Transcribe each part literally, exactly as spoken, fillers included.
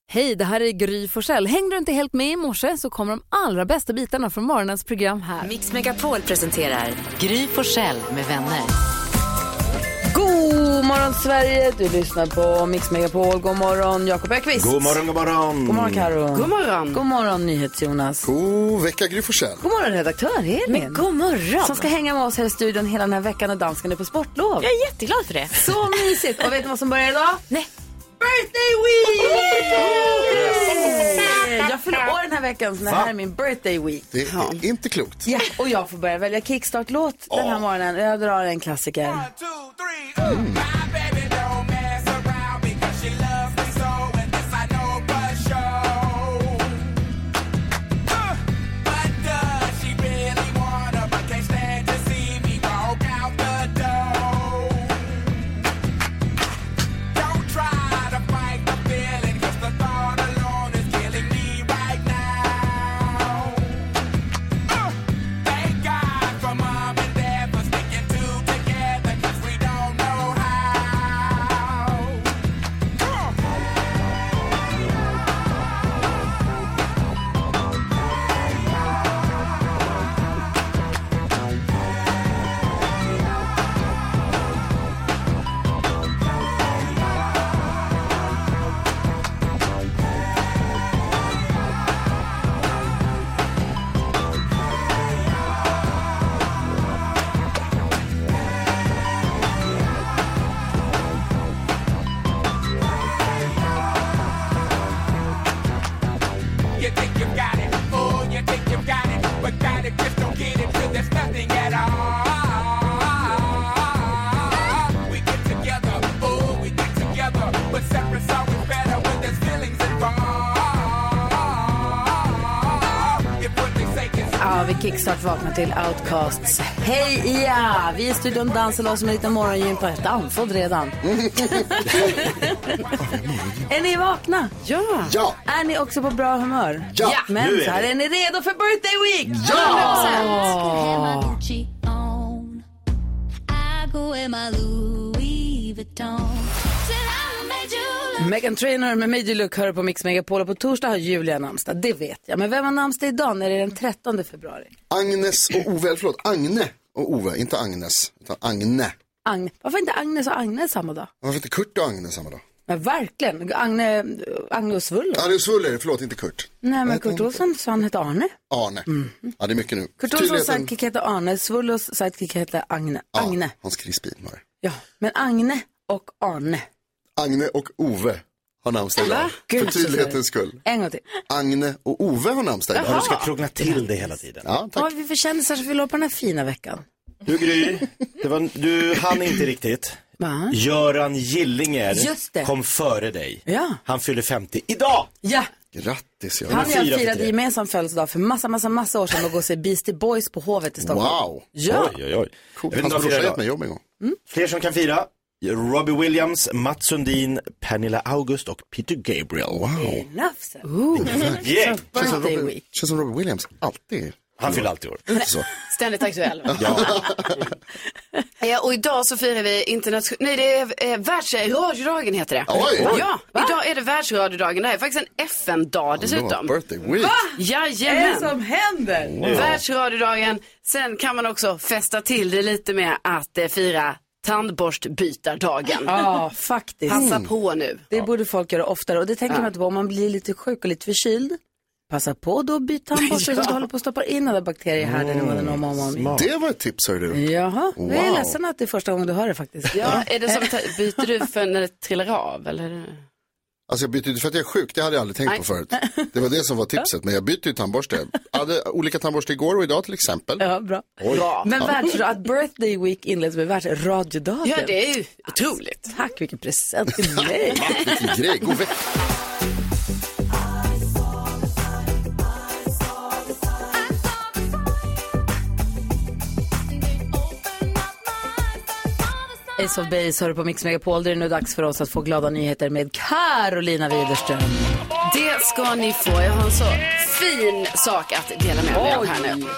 Hej, det här är Gry Forssell. Hängde du inte helt med i morse så kommer de allra bästa bitarna från morgonens program här. Mix Megapol presenterar Gry Forssell med vänner. God morgon Sverige, du lyssnar på Mix Megapol. God morgon Jakob Ekvist. God morgon, god morgon. God morgon Karo. God morgon. God morgon NyhetsJonas. God vecka Gry Forssell. God morgon redaktör Elin. Men god morgon. Som ska hänga med oss här i studion hela den här veckan och dansken är på sportlov. Jag är jätteglad för det. Så mysigt. Och vet ni vad som börjar idag? Nej. Birthday week! Jag fyller år den här veckan så det här är min birthday week. Det är ja. inte klokt. Ja, och jag får börja välja kickstart-låt oh. den här morgonen. Jag drar en klassiker. Mm. Kickstart vaknar till Outcasts. Hej ja! Vi är i studion dansar loss med lite morgongym på ett dansad redan. Är ni vakna? Ja. Ja. Är ni också på bra humör? Ja. Men så här är ni redo för birthday week? Ja! Meghan Trainor med Major Look hör på Mix Megapol. På torsdag har Julia namnsdag, det vet jag. Men vem har namnsdag idag när det är den trettonde februari? Agnes och Ove, förlåt, Agne och Ove, inte Agnes, utan Agne. Agne. Varför inte Agnes och Agnes samma dag? Varför inte Kurt och Agne samma dag? Men verkligen, Agne, Agne och Svull. Ja, det är Svull är det, förlåt, inte Kurt. Nej, men Kurt Olsson sa han hette Arne. Arne, mm. Ja det är mycket nu. Kurt Olssons sidekick heter Arne, Svullos sidekick heter Agne. Ja, Agne. Hans Crispin var det. Ja, men Agne och Arne. Agne och Ove har namnsdag idag. För tydlighetens skull. En gång till. Agne och Ove har namnsdag idag. Ja, du ska krångla till det hela tiden. Ja, tack. Vad har vi för kändisar som vill ha på den här fina veckan? Du Gry, det var, du hann inte riktigt. Va? Göran Gillinger Just det. kom före dig. Ja. Han fyller femtio idag. Ja. Grattis, jag. Han och jag firade gemensam födelsedag för massa, massa, massa år sedan och gå och se Beastie Boys på Hovet i Stockholm. Wow. Ja. Oj, oj, oj. Cool. Jag vet Han inte ska vad få firar med jobb en gång. mm. Fler som kan fira. Robbie Williams, Mats Sundin, Pernilla August och Peter Gabriel. Wow. Enough, so. Ooh. Yeah. Känns som Robbie, känns som Robbie Williams alltid. Han fyller alltid år. Så. Ständigt aktuell. Ja. Ja, och idag så firar vi internation... Nej, det är eh, världsradiodagen heter det. Oj. Ja, Va? Idag är det världsradiodagen. Det är faktiskt en F N-dag dessutom. Birthday week. Va? Jajamän. Vad är det som händer? Wow. Världsradiodagen. Sen kan man också festa till det lite med att eh, fira tandborstbytardagen. Ja, faktiskt. Passa på nu. Det borde folk göra oftare och det tänker ja. man inte på om man blir lite sjuk och lite förkyld. Passa på då, byt tandborste så att du håller på att stoppa in alla bakterier här. Mm, om, om, om. Det var ett tips, hör du. Jaha, wow. Jag är ledsen att det är första gången du hör det faktiskt. Ja, är det som att byter du för när det trillar av eller? Alltså jag byter inte för att jag är sjuk, det hade jag aldrig tänkt Nej. på förut. Det var det som var tipset, men jag byter ju tandborste. Jag hade olika tandborste igår och idag till exempel. Ja, bra. bra. Men världs, att birthday week inleds med världsradiodagen. Ja, det är ju otroligt. Alltså, tack, vilken present till mig. Vilken grej, god vecka. Ace of Base hör på Mix Megapol. Det är nu dags för oss att få glada nyheter med Carolina Widerström. Det ska ni få. Jag har en så fin sak att dela med mig av här nu.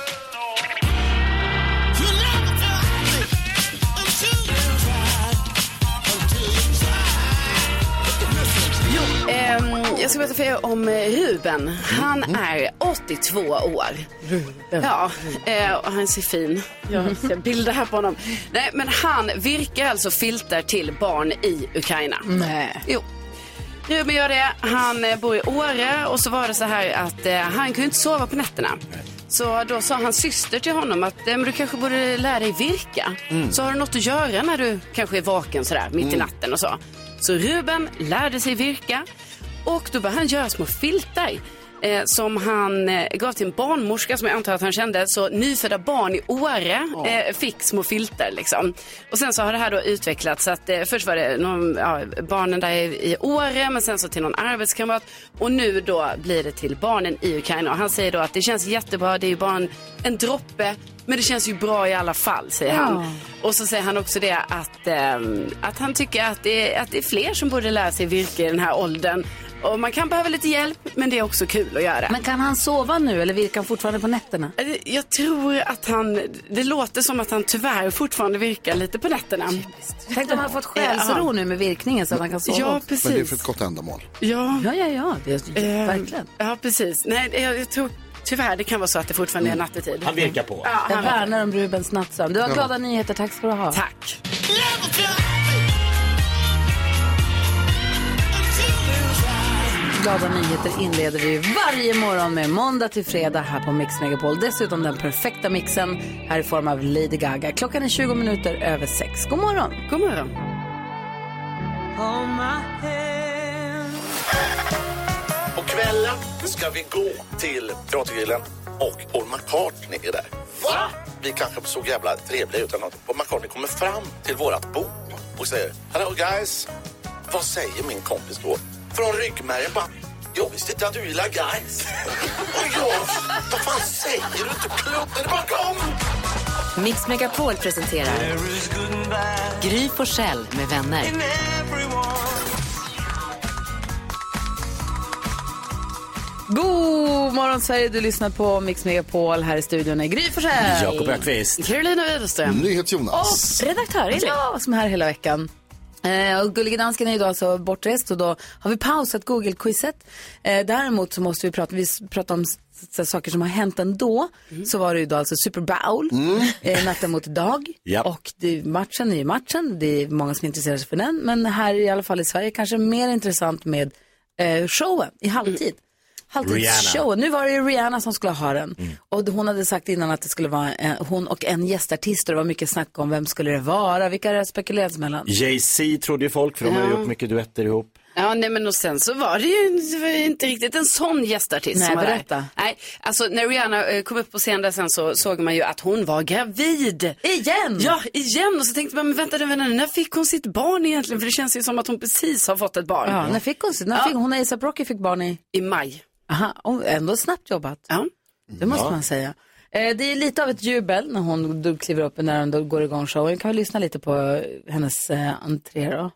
Jo, eh, Eh, jag ska berätta för er om Ruben. Han är åttiotvå år. Ruben. Ja, eh, och han ser fin. Jag ser bilder här på honom. Nej, men han virkar alltså filtar till barn i Ukraina. Nej. Jo. Ruben gör det. Han eh, bor i Åre och så var det så här att eh, han kunde inte sova på nätterna. Så då sa hans syster till honom att eh, men du kanske borde lära dig virka. Mm. Så har du något att göra när du kanske är vaken sådär mitt mm. i natten och så. Så Ruben lärde sig virka och då började han göra små filtar. Eh, som han eh, gav till en barnmorska som jag antar att han kände. Så nyfödda barn i Åre eh, fick små filter liksom. Och sen så har det här då utvecklats så att eh, först var det någon, ja, barnen där i, i Åre, men sen så till någon arbetskamrat. Och nu då blir det till barnen i Ukraina. Och han säger då att det känns jättebra, det är ju bara en, en droppe. Men det känns ju bra i alla fall, säger ja. han. Och så säger han också det att, eh, att han tycker att det, är, att det är fler som borde lära sig virka i den här åldern. Och man kan behöva lite hjälp, men det är också kul att göra. Men kan han sova nu eller virkar han fortfarande på nätterna? Jag tror att han, det låter som att han tyvärr fortfarande virkar lite på nätterna. Tänk om han har fått själsro ja. nu med virkningen så att han kan sova. Ja, precis. Men det är för ett gott ändamål. Ja, ja, ja, ja. Det är, eh, verkligen. Ja, precis. Nej, jag, jag tror tyvärr det kan vara så att det fortfarande är nattetid. Han virkar på. Ja, jag värnar om Rubens nattsömn. Du har glada nyheter, tack ska du ha. Tack. Glada nyheter inleder vi varje morgon med måndag till fredag här på Mix Megapol. Dessutom den perfekta mixen här i form av Lady Gaga. Klockan är tjugo minuter över sex. God morgon. God morgon. På kvällen ska vi gå till Teatergrillen och Paul McCartney är där. Va? Vi kanske så jävla trevliga utan att Paul McCartney kommer fram till vårat bord och säger hello guys. Vad säger min kompis då? Från ryggmärgen bara, jag visste inte att du gillar guys. Och jag, vad fan säger du inte? Klubben bakom! Mix Megapol presenterar Gry Forssell med vänner. God morgon Sverige, du lyssnar på Mix Megapol. Här i studion är Gry Forssell, Jakob Öqvist, Carolina Widerström, NyhetsJonas och redaktör Elin, ja, som är här hela veckan. Eh, och Gullige Dansken är idag alltså bortrest och då har vi pausat Google-quizet. Eh, däremot så måste vi prata, vi prata om så, saker som har hänt ändå. Mm. Så var det ju då alltså Super Bowl, mm. eh, natten mot idag. Yep. Och det, matchen är ju matchen, det är många som intresserar sig för den. Men här i alla fall i Sverige kanske mer intressant med eh, showen i halvtid. Mm. Halvtidsshow. Nu var det ju Rihanna som skulle ha den. Mm. Och hon hade sagt innan att det skulle vara en, hon och en gästartist. Och det var mycket snack om vem skulle det vara. Vilka det spekulerats mellan? Jay-Z trodde ju folk, för de ja. har gjort mycket duetter ihop. Ja, nej, men och sen så var det ju, det var ju inte riktigt en sån gästartist. Nej, som var berätta. Där. Nej, alltså när Rihanna eh, kom upp på scenen där sen så såg man ju att hon var gravid. Igen? Ja, igen. Och så tänkte man, men vänta, vänta, när fick hon sitt barn egentligen? För det känns ju som att hon precis har fått ett barn. Ja, när fick hon sitt? När ja. fick hon? A$AP Rocky fick barn i? I maj. Aha, ändå snabbt jobbat. Ja. Det måste ja. man säga. Eh, det är lite av ett jubel när hon kliver upp när hon går igång showen. Kan vi lyssna lite på hennes eh, entré då?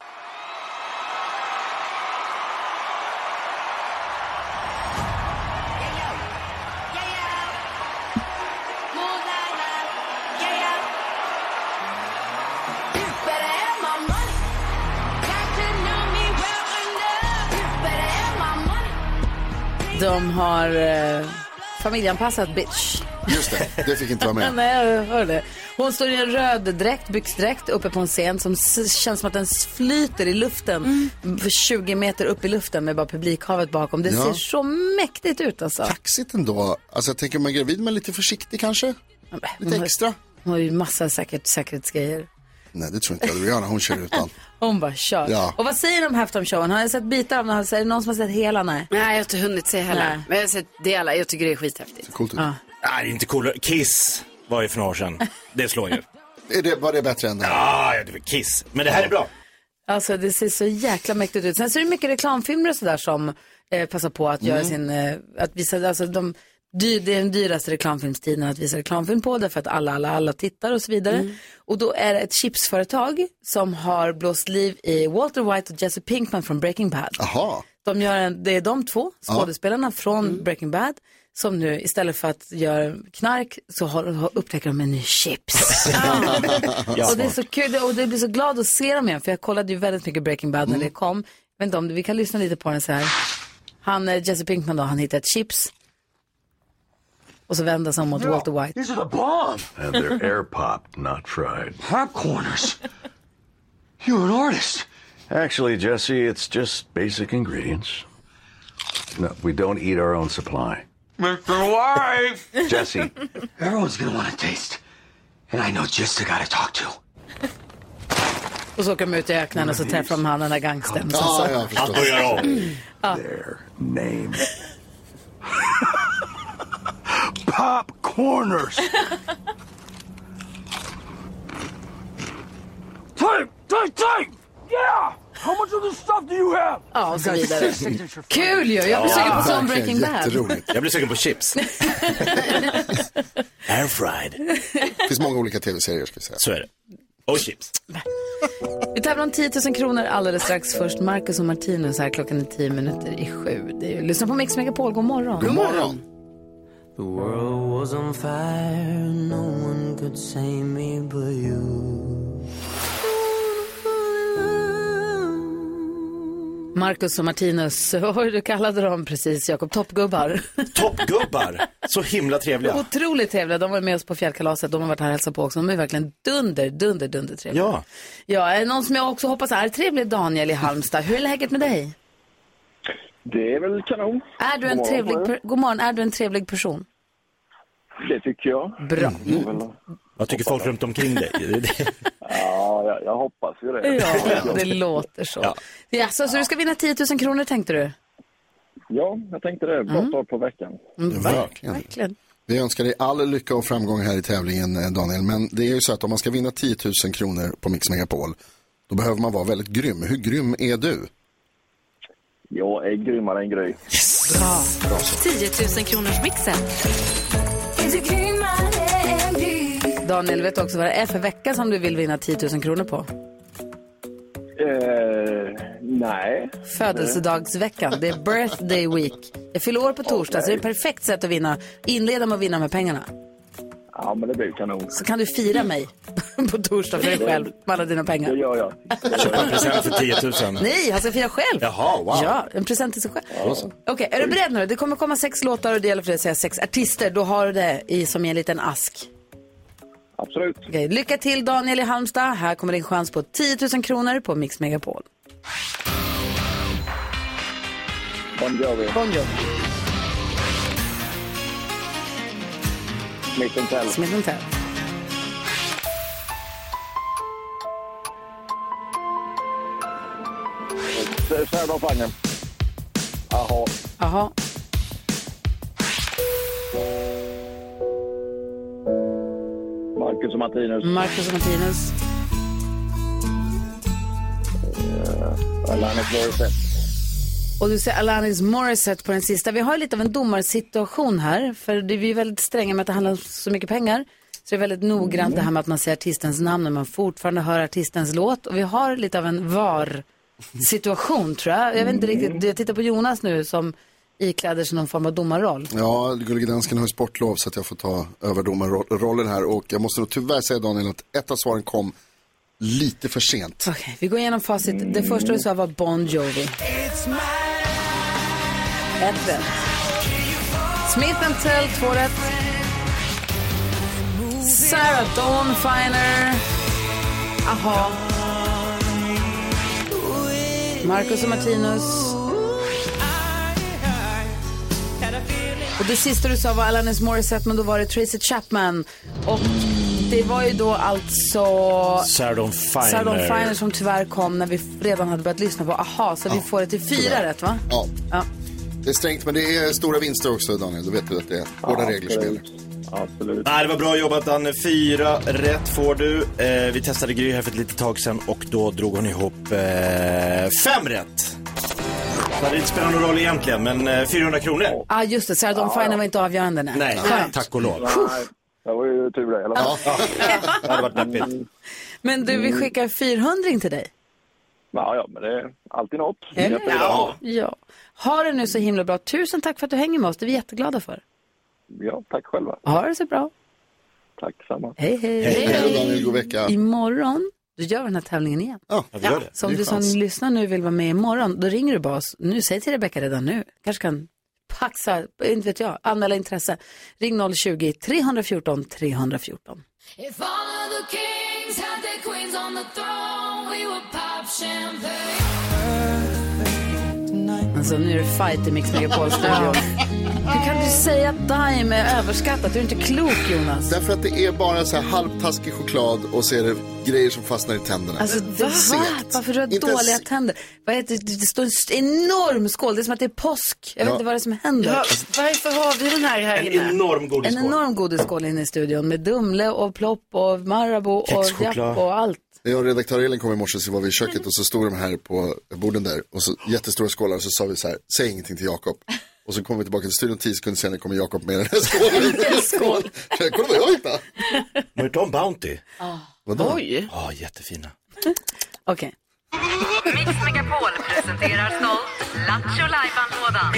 De har eh, familjeanpassat bitch. Just det, det fick inte vara med. Nej, jag hör det. Hon står i en röd dräkt, byxdräkt uppe på en scen som s- känns som att den flyter i luften mm. för tjugo meter upp i luften med bara publikhavet bakom. Det ja. ser så mäktigt ut alltså. Kaxigt ändå. Alltså jag tänker man är gravid men lite försiktig kanske. Lite hon extra. Har, hon har ju massa säkert, säkerhetsgrejer. Nej, det tror inte jag. Rihanna, hon kör utan. Hon bara kör. Ja. Och vad säger de om halftime-showen? Har jag sett bitar av den? Är det någon som har sett hela? Nej, Nej jag har inte hunnit se hela. Nej. Men jag har sett delar. Jag tycker det är skithäftigt. Coolt ut. Ja. Nej, det är inte cool. Kiss var ju för några år sedan. Det slår ju. Är det, var det bättre än det här? Ja, det var Kiss. Men det här är bra. Alltså det ser så jäkla mäktigt ut. Sen så är det mycket reklamfilmer och sådär som eh, passar på att mm. göra sin... Eh, att visa, alltså de... Det är den dyraste reklamfilmstiden att visa reklamfilm på, därför att alla, alla, alla tittar och så vidare. Mm. Och då är det ett chipsföretag som har blåst liv i Walter White och Jesse Pinkman från Breaking Bad. Aha. De gör en, det är de två skådespelarna ja. från mm. Breaking Bad som nu istället för att göra knark så har, har upptäcker de en ny chips. ja. Och det är så kul och det blir så glad att se dem igen, för jag kollade ju väldigt mycket Breaking Bad när mm. det kom. vet inte om det, vi kan lyssna lite på den så här. Han, Jesse Pinkman då, han hittar ett chips. Och så vänder sig om mot Walter White. These are the bomb. And they're air popped, not fried. Popcorners. You're an artist. Actually, Jesse, it's just basic ingredients. No, we don't eat our own supply. Mister White. Jesse. Everyone's gonna want a taste. And I know just the guy to talk to. Och så åker de ut i öknen och så träffar de han den där gangsten. Ja, ja, förstås. Att börja om. Their name. Popcorners. Take, take, take! Yeah! How much of this stuff do you have? Ja, och så vidare. Kul ju, jag blir sugen på sån Breaking Bad. Jätteroligt. Jag blir sugen på chips. Air fried. Det finns många olika tv-serier, ska vi säga. Så är det. Och chips. Vi tävlar om tio tusen kronor alldeles strax. Först Marcus och Martinus här, klockan är tio minuter i sju. Det är ju, lyssna på Mix Megapol, god morgon. God morgon. The world was on fire, no one could save me but you. Marcus och Martinus, vad du kallade dem precis, Jakob, toppgubbar. Toppgubbar, så himla trevliga. Otroligt trevliga, de var med oss på fjällkalaset, de har varit här och hälsat på också. De är verkligen dunder, dunder, dunder trevliga. Ja. Ja, någon som jag också hoppas är trevlig, Daniel i Halmstad. Hur är läget med dig? Det är väl kanon. Är du en God trevlig, morgon. per- god morgon, är du en trevlig person? Det tycker jag. Bra. Mm. Vad tycker folk runt omkring dig? Ja, jag, jag hoppas ju det. Ja, det låter så. Ja. Ja, så, så du ska vinna tio tusen kronor, tänkte du? Ja, jag tänkte det. Bra Mm. start på veckan. Mm, verkligen. verkligen. Vi önskar dig all lycka och framgång här i tävlingen, Daniel. Men det är ju så att om man ska vinna tio tusen kronor på Mix Megapol, då behöver man vara väldigt grym. Hur grym är du? Jag är grymmare än Gry. Yes. Bra. Bra så. tio tusen kronors mixen. Daniel, vet också vad det är för vecka som du vill vinna tio tusen kronor på? Eh, nej. Födelsedagsveckan, det är birthday week. Jag fyller år på torsdag, så det är ett perfekt sätt att vinna. Inleda med att vinna med pengarna. Ja, men det blir kanon. Så kan du fira mig på torsdag för dig själv med alla dina pengar. Det gör jag. Köpa en present för tio tusen. Nej, han ska fira själv. Jaha, wow. Ja, en present till sig själv. Ja. Okej, okay, är du beredd nu? Det kommer komma sex låtar och det gäller för dig att säga sex artister. Då har du det i som i en liten ask. Absolut. Okay, lycka till Daniel i Halmstad. Här kommer din chans på tio tusen kronor på Mix Megapol. Bon Jovi. Bon Jovi. Smith and Tell. Smith and Tell. Sarah Fagner. Aha. Aha. Marcus och Martinus. Marcus och Martinus. Uh, Alanis Morissette. Och du säger Alanis Morissette på den sista. Vi har lite av en domarsituation här. För det är vi väldigt stränga med att det handlar om så mycket pengar. Så det är väldigt noggrant mm. det här med att man säger artistens namn när man fortfarande hör artistens låt. Och vi har lite av en var-situation, tror jag. Jag vet inte riktigt. Jag tittar på Jonas nu som ikläder sig någon form av domarroll. Ja, Gullige Dansken har sportlov så att jag får ta över domarrollen här. Och jag måste nog tyvärr säga, Daniel, att ett av svaren kom lite för sent. Okej, okay, vi går igenom facit. Det första du sa var Bon Jovi. Ett rätt. Smith and Tell, två rätt. Sarah Dawn Finer. Aha. Marcus och Martinus. Och det sista du sa var Alanis Morissette, men då var det Tracy Chapman. Och det var ju då alltså Sarah Dawn Finer. Sarah Dawn Finer som tyvärr kom när vi redan hade börjat lyssna på Aha. Så ja, vi får det till fyra tyvärr. Rätt, va? Ja. ja. Det är strängt, men det är stora vinster också, Daniel. Då vet du att det är hårda ja, regler som gäller. Absolut. Nej, det var bra jobbat, Danne. Fyra rätt får du. Eh, vi testade Gry här för ett litet tag sedan och då drog hon ihop eh, fem rätt. Det hade inte spelat någon roll egentligen, men eh, fyrahundra kronor. Ja, ah, just det. Sarah Dawn Finer ja. var inte avgörande. Nej, nej, nej. Tack och lov. Nej, det var ju tur det. Eller? Ja, ja. Det hade varit deppigt. Men du, vi skickar fyrahundring till dig. Ja, ja, men det är alltid något. Eller? Ja. ja. Ha det nu så himla bra. Tusen tack för att du hänger med oss. Det är vi jätteglada för. Ja, tack själva. Ha det så bra. Tack samma. Hej, hej. Hej, hej. Daniel, god vecka. Imorgon då gör vi den här tävlingen igen. Ja, vi gör det. Så om Det är du som chans. lyssnar nu vill vara med imorgon, då ringer du bara oss. Nu, säg till Rebecca redan nu. Kanske kan paxa, inte vet jag, anmäla intresse. Ring noll tjugo, tre fjorton, tre fjorton. If all of the kings had their queens on the throne, we would pop champagne. Alltså nu är det fight i Mix Megapol-studion. Hur kan du säga att Dime är överskattat? Du är inte klok, Jonas. Därför att det är bara så här halvtaskig choklad och så är det grejer som fastnar i tänderna. Alltså, det, va? Varför har du Inte dåliga ens- tänder? Vad heter det? Det står en st- enorm skål. Det är som att det är påsk. Jag vet Ja. inte vad det är som händer. Ja, varför har vi den här här En inne? enorm En godisskål. enorm godisskål inne i studion med Dumle och Plopp och Marabou och Kexchoklad. Japp och allt. Jag och redaktör Elin kom i morse, så var vi i köket och så stod de här på borden där och så jättestora skålar, och så sa vi så här: säg ingenting till Jakob. Och så kom vi tillbaka till studion tio sekunder senare, kommer Jakob med den här skålen. Skål. Kolla vad jag hittade. Har du Tom Bounty? Vadå? Oj. Ja, jättefina. Okej. Mix Megapol presenterar stolt Lattjo Lajban-lådan.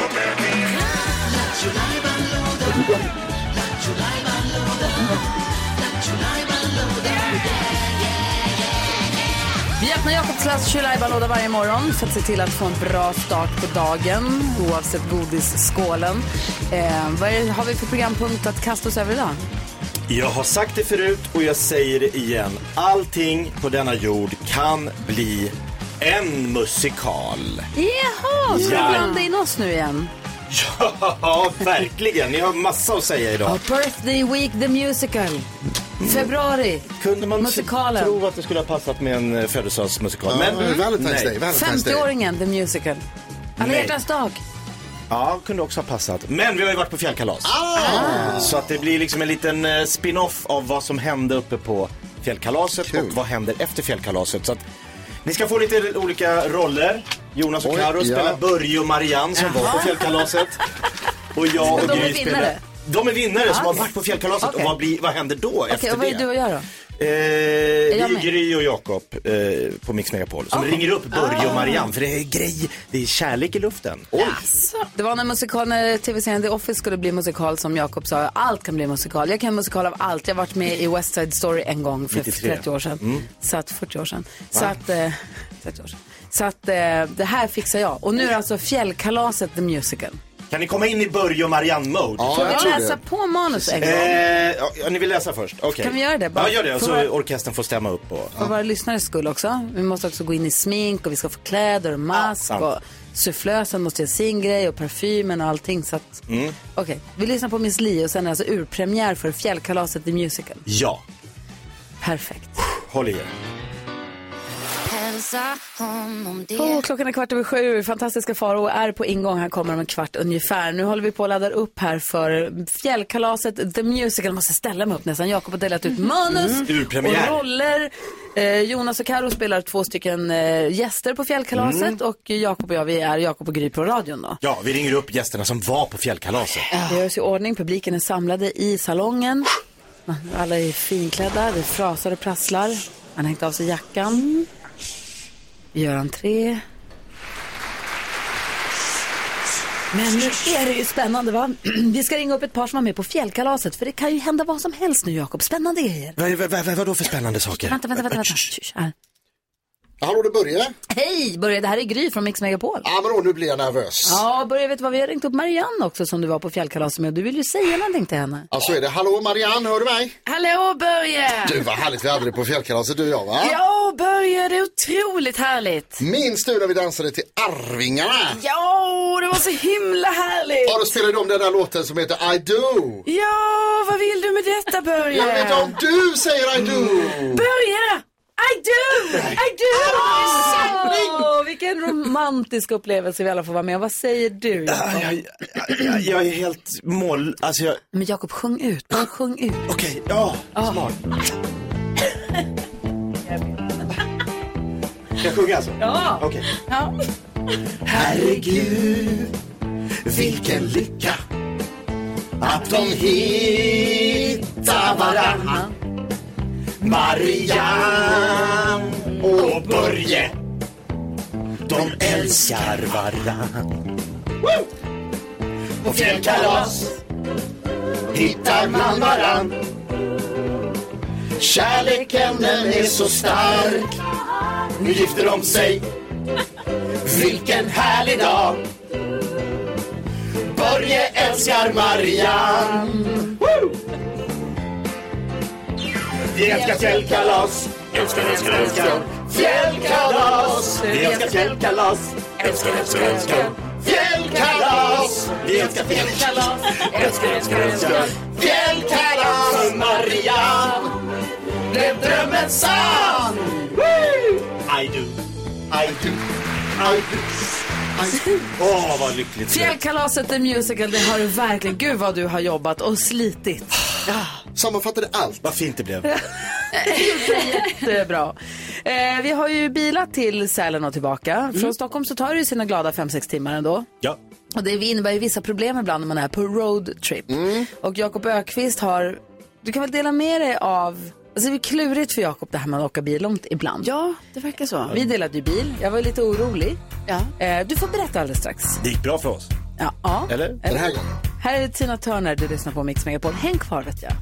Vi öppnar Jakobs Lattjo Lajban-låda varje morgon för att se till att få en bra start på dagen, oavsett godisskålen. Eh, vad är, har vi för programpunkt att kasta oss över idag? Jag har sagt det förut och jag säger det igen. Allting på denna jord kan bli en musikal. Jaha, ska Ja. du blanda in oss nu igen? Ja, verkligen. Ni har massa att säga idag. Oh, birthday Week the Musical. Februari. Kunde man Musikalen. tro att det skulle ha passat med en eh, födelsedagsmusikal. Ja, men Valentine's nej. Day, Valentine's Day. femtioåringen the Musical. Alla Nej. hjärtans dag. Ja, kunde också ha passat. Men vi har ju varit på fjällkalas. Ah. Så att det blir liksom en liten eh, spin-off av vad som hände uppe på fjällkalaset. Kul. Och vad händer efter fjällkalaset. Så att ni ska få lite olika roller. Jonas och Oj, Karo ja. spelar Börje och Marianne som var på fjällkalaset. Och jag och De är Gry vinnare. spelar... De är vinnare som Ah. har varit på fjällkalaset. Okej. Och vad, blir, vad händer då Okej, efter och vad är det? du och jag då? Eh, jag vi med? är Gry och Jakob eh, på Mix Megapol som Oh. ringer upp Börje Ah. och Marianne. För det är grej, det är kärlek i luften. Oj. Det var när musikal, när tv-serien The Office skulle bli musikal, som Jakob sa, allt kan bli musikal. Jag kan musikal av allt. Jag har varit med i West Side Story en gång för nittiotre. trettio år sedan. Mm. Så att, fyrtio år sedan. Så att, eh, trettio år sedan. Så att eh, det här fixar jag. Och nu är det alltså fjällkalaset The Musical. Kan ni komma in i Börje och Marianne-mode? Ja, Får jag vi tror läsa det. på manus en gång? Eh, ja, ni vill läsa först? Okej. Kan vi göra det? Bara Ja, gör det. Och för så våra- orkestern får stämma upp. Och, För våra lyssnares skull också. Vi måste också gå in i smink och vi ska få kläder och mask. Ja, sant. och sufflösen måste göra sin grej och parfymen och allting. Så att... Mm. Okej, vi lyssnar på Miss Li och sen är det alltså urpremiär för fjällkalaset The Musical. Ja, Perfekt. håll i er. Hälsa honom det. Oh, klockan är kvart över sju. Fantastiska Faro är på ingång. Han kommer om en kvart ungefär. Nu håller vi på att ladda upp här för fjällkalaset The Musical. Jag måste ställa mig upp nästan. Jakob har delat ut manus Mm. Urpremiär. och roller. Eh, Jonas och Karo spelar två stycken eh, gäster på fjällkalaset. Mm. Och Jakob och jag, vi är Jakob och Gry på radion då. Ja, vi ringer upp gästerna som var på fjällkalaset. Det görs i ordning. Publiken är samlade i salongen. Alla är finklädda. Det frasar och prasslar. Han har hängt av sig jackan. Vi gör entré. Men nu är det ju spännande, va? Vi ska ringa upp ett par som var med på fjällkalaset. För det kan ju hända vad som helst nu, Jakob. Spännande grejer. Vad, vad, vad, vad då för spännande saker? Vänta, vänta, vänta. vänta. Shh, här. Hallå, det Börje. Hej, Börje. Det här är Gry från Mix Megapol. Ja, men då, nu blir jag nervös. Ja, Börje, vet du vad? Vi har ringt upp Marianne också som du var på fjällkalaset med. Du vill ju säga någonting till henne. Alltså är det, hallå Marianne, hör du mig? Hallå Börje! Du, vad härligt vi hade det på fjällkalaset, du och jag, va? Ja Börje, det är otroligt härligt. Minns du när vi dansade till Arvingarna? Ja, det var så himla härligt. Ja, då spelade de den där låten som heter I Do. Ja, vad vill du med detta Börje? Jag vet inte om du säger I Do. Börje! I do! I do! Åh, vilken romantisk upplevelse vi alla får vara med. Vad säger du, Jakob? Jag, jag, jag är helt mål... Alltså jag... Men Jakob, sjung ut. Bara sjung ut. Okej, ja, smart. Ska jag sjunga alltså? Ja. Okej. Ja. Herregud, vilken lycka att de hittar varann. Marianne och Börje, de älskar varann. Woo! På fjällkalas hittar man varann. Kärleken den är så stark. Nu gifter de sig. Vilken härlig dag. Börje älskar Marianne. Woo! Vi älskar fjällkalas. Älskar, älskar, älskar. Fjällkalas. Vi älskar fjällkalas. Älskar, älskar, älskar. Fjällkalas. Vi älskar fjällkalas. Älskar, älskar, älskar. Fjällkalas. Marianne. Blev drömmen sann. I do. I do. I do. Åh, oh, vad lyckligt. Fjällkalaset The Musical, det har du verkligen. Gud vad du har jobbat och slitit. Ja. Sammanfattade allt. Vad fint det blev. Jättebra. Eh, vi har ju bilat till Sälen och tillbaka. Mm. Från Stockholm så tar det ju sina glada fem sex timmar ändå. Ja. Och det innebär ju vissa problem ibland när man är på roadtrip. Mm. Och Jakob Ökvist har... Du kan väl dela med dig av... Alltså det är klurigt för Jakob det här med att åka bil långt ibland. Ja, det verkar så. Vi delade ju bil. Jag var lite orolig. Ja. Eh, du får berätta alldeles strax. Det gick bra för oss. Ja. ja. Eller? Eller? Den här gången. Här är Tina Turner, du lyssnar på Mix Megapol. Häng kvar vet jag.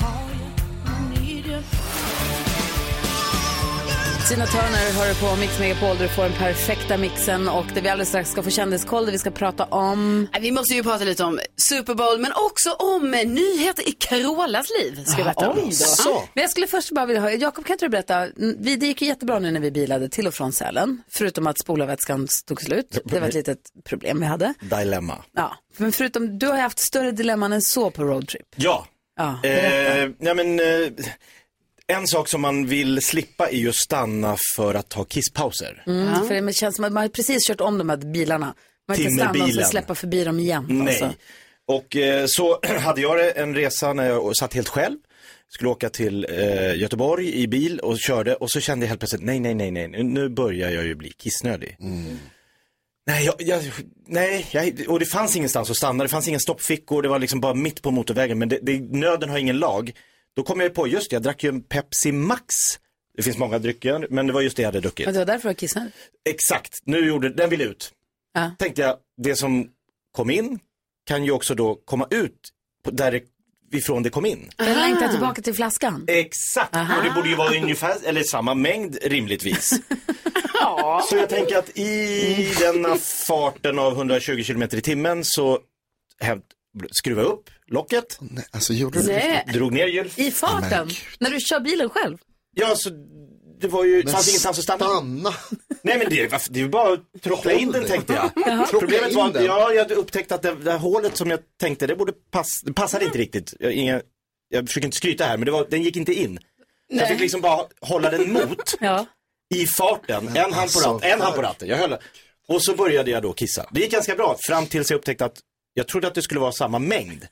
Tina Turner hör på Mix Megapol, du får den perfekta mixen och det vi alldeles strax ska få kändiskoll där vi ska prata om... Vi måste ju prata lite om Super Bowl men också om nyheter i Carolas liv. Ska jag berätta. Oj då. Så. Men jag skulle först bara vilja höra, Jakob kan inte du berätta, vi, det gick ju jättebra nu när vi bilade till och från Sälen, förutom att spolarvätskan tog slut. Det var ett litet problem vi hade. Dilemma. Ja, men förutom, du har ju haft större dilemman än så på roadtrip. Ja. Ja, eh, ja men... Eh... En sak som man vill slippa är ju att stanna för att ta kisspauser. Mm, ja. För det känns som att man har precis kört om de här bilarna. Man inte stanna och släppa förbi dem igen. Nej. Alltså. Och eh, så hade jag en resa när jag satt helt själv. Skulle åka till eh, Göteborg i bil och körde. Och så kände jag helt plötsligt, nej, nej, nej, nej. Nu börjar jag ju bli kissnödig. Mm. Nej, jag, jag, nej jag, och det fanns ingenstans att stanna. Det fanns ingen stoppfickor. Det var liksom bara mitt på motorvägen. Men det, det, nöden har ingen lag. Då kom jag på, just det, jag drack ju en Pepsi Max. Det finns många drycker, men det var just det jag hade druckit. Och det var därför jag kissade? Exakt, nu gjorde den vill ut. Ja. Tänkte jag, det som kom in kan ju också då komma ut på, därifrån det kom in. Den längtar tillbaka till flaskan? Exakt, Aha. och det borde ju vara ungefär, eller samma mängd rimligtvis. Ja. Så jag tänker att i denna farten av hundratjugo kilometer i timmen så hävd, skruva upp locket. Nej, alltså gjorde du Nej. Drog ner hjul. I farten? När du kör bilen själv? Ja, så det var ju, det fanns ingenstans att stanna. stanna. Nej, men det, det är ju bara att tråckla in den, tänkte jag. Jaha. Problemet var att den. ja, jag upptäckte att det, det här hålet som jag tänkte, det borde pass, det passade inte riktigt. Jag, inga, jag försöker inte skryta här, men det var, den gick inte in. Nej. Jag fick liksom bara hålla den mot ja. i farten. En hand på ratten, en hand på ratten. Jag höll. Och så började jag då kissa. Det gick ganska bra, fram tills jag upptäckte att jag trodde att det skulle vara samma mängd.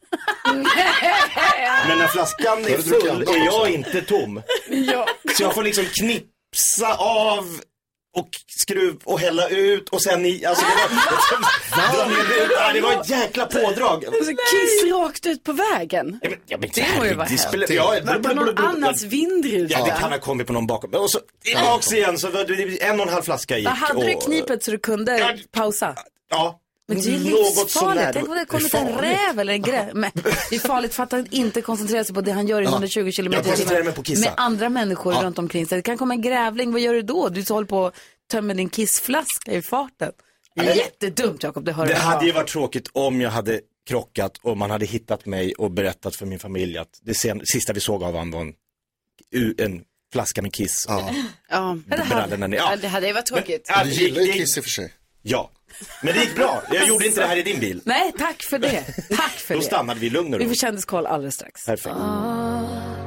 Men när flaskan är full är jag inte tom. Ja. Så jag får liksom knipsa av och skruv och hälla ut och sen i, alltså det var, ja, det var ett jäkla pådrag. Alltså, kiss rakt ut på vägen. Ja, men, ja, men, det var ju bara spelar, ja, var på någon annans vindruta. Ja, det kan ha kommit på någon bakom. Och så tillbaks igen så var det en och en halv flaska gick. Hade du knipet så du kunde ja, pausa? Ja. Men det är livsfarligt. Tänk om det kommit en räv eller en gräv. Men det är farligt för att han inte koncentrerar sig på det han gör i ja. hundratjugo kilometer i timmen med andra människor ja. runt omkring sig. Det kan komma en grävling, vad gör du då? Du så håller på att tömma din kissflaska i farten. Det är ja, jättedumt, Jakob. Det, hör det hade ju varit tråkigt om jag hade krockat och man hade hittat mig och berättat för min familj att det sen, sista vi såg av honom var en, en flaska med kiss. Ja. Ja. Det, hade, ja. det hade ju varit tråkigt. Men, du gillar ju kiss i och för sig. Ja. Men det gick bra. Jag gjorde inte det här i din bil. Nej, tack för det. Tack för Då det. Då stannade vi lugn och ro. Vi får kändiskoll alldeles strax. Perfekt. Ah.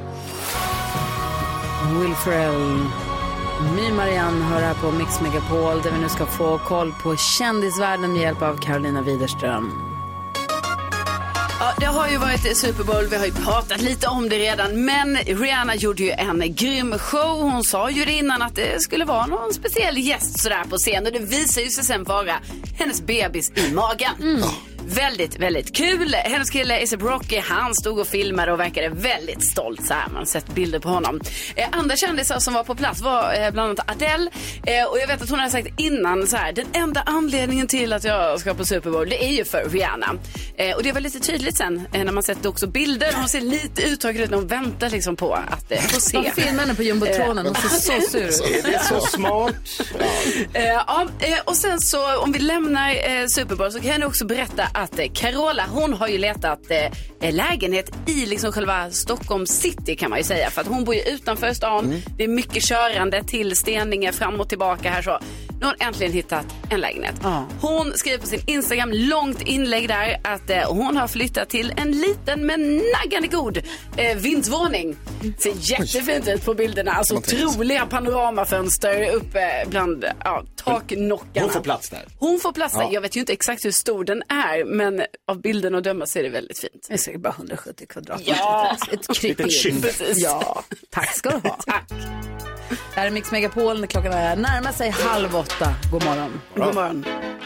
Will Ferrell. My Marianne hör här på Mix Megapol där vi nu ska få koll på kändisvärlden med hjälp av Carolina Widerström. Ja, det har ju varit Super Bowl, vi har ju pratat lite om det redan, men Rihanna gjorde ju en grym show. Hon sa ju innan att det skulle vara någon speciell gäst sådär på scen och det visar ju sig sen vara hennes bebis i magen. Mm. väldigt, väldigt kul. Hennes kille A$AP Rocky, han stod och filmade och verkade väldigt stolt så här. Man har sett bilder på honom. Eh, andra kändisar som var på plats var eh, bland annat Adele. Eh, och jag vet att hon har sagt innan så här, den enda anledningen till att jag ska på Super Bowl, det är ju för Rihanna. Eh, och det var lite tydligt sen eh, när man sett också bilder. Hon ser lite uttagad ut när hon väntar liksom på att eh, få se. De filmar henne på jumbotronen och ser så sur ut. Det är så smart. Eh, ja, eh, och sen så om vi lämnar eh, Super Bowl så kan jag också berätta att eh, Carola, hon har ju letat eh, lägenhet i liksom själva Stockholm city kan man ju säga. För att hon bor ju utanför stan. Mm. Det är mycket körande till Steninge fram och tillbaka här så. Nu har hon äntligen hittat en lägenhet. Ah. Hon skriver på sin Instagram, långt inlägg där, att eh, hon har flyttat till en liten men naggande god eh, vindsvåning. Ser jättefint ut på bilderna. Alltså otroliga panoramafönster uppe bland ja, taknockarna. Hon får plats där. Hon får plats där. Ja. Jag vet ju inte exakt hur stor den är, men av bilden att döma ser det väldigt fint. Det är säkert bara hundrasjuttio kvadratmeter. Ja, ett kryp in. Ja, tack ska du ha. Tack. Här är Mix Megapol när klockan är närmar sig halv åtta. God morgon. Bra. God morgon.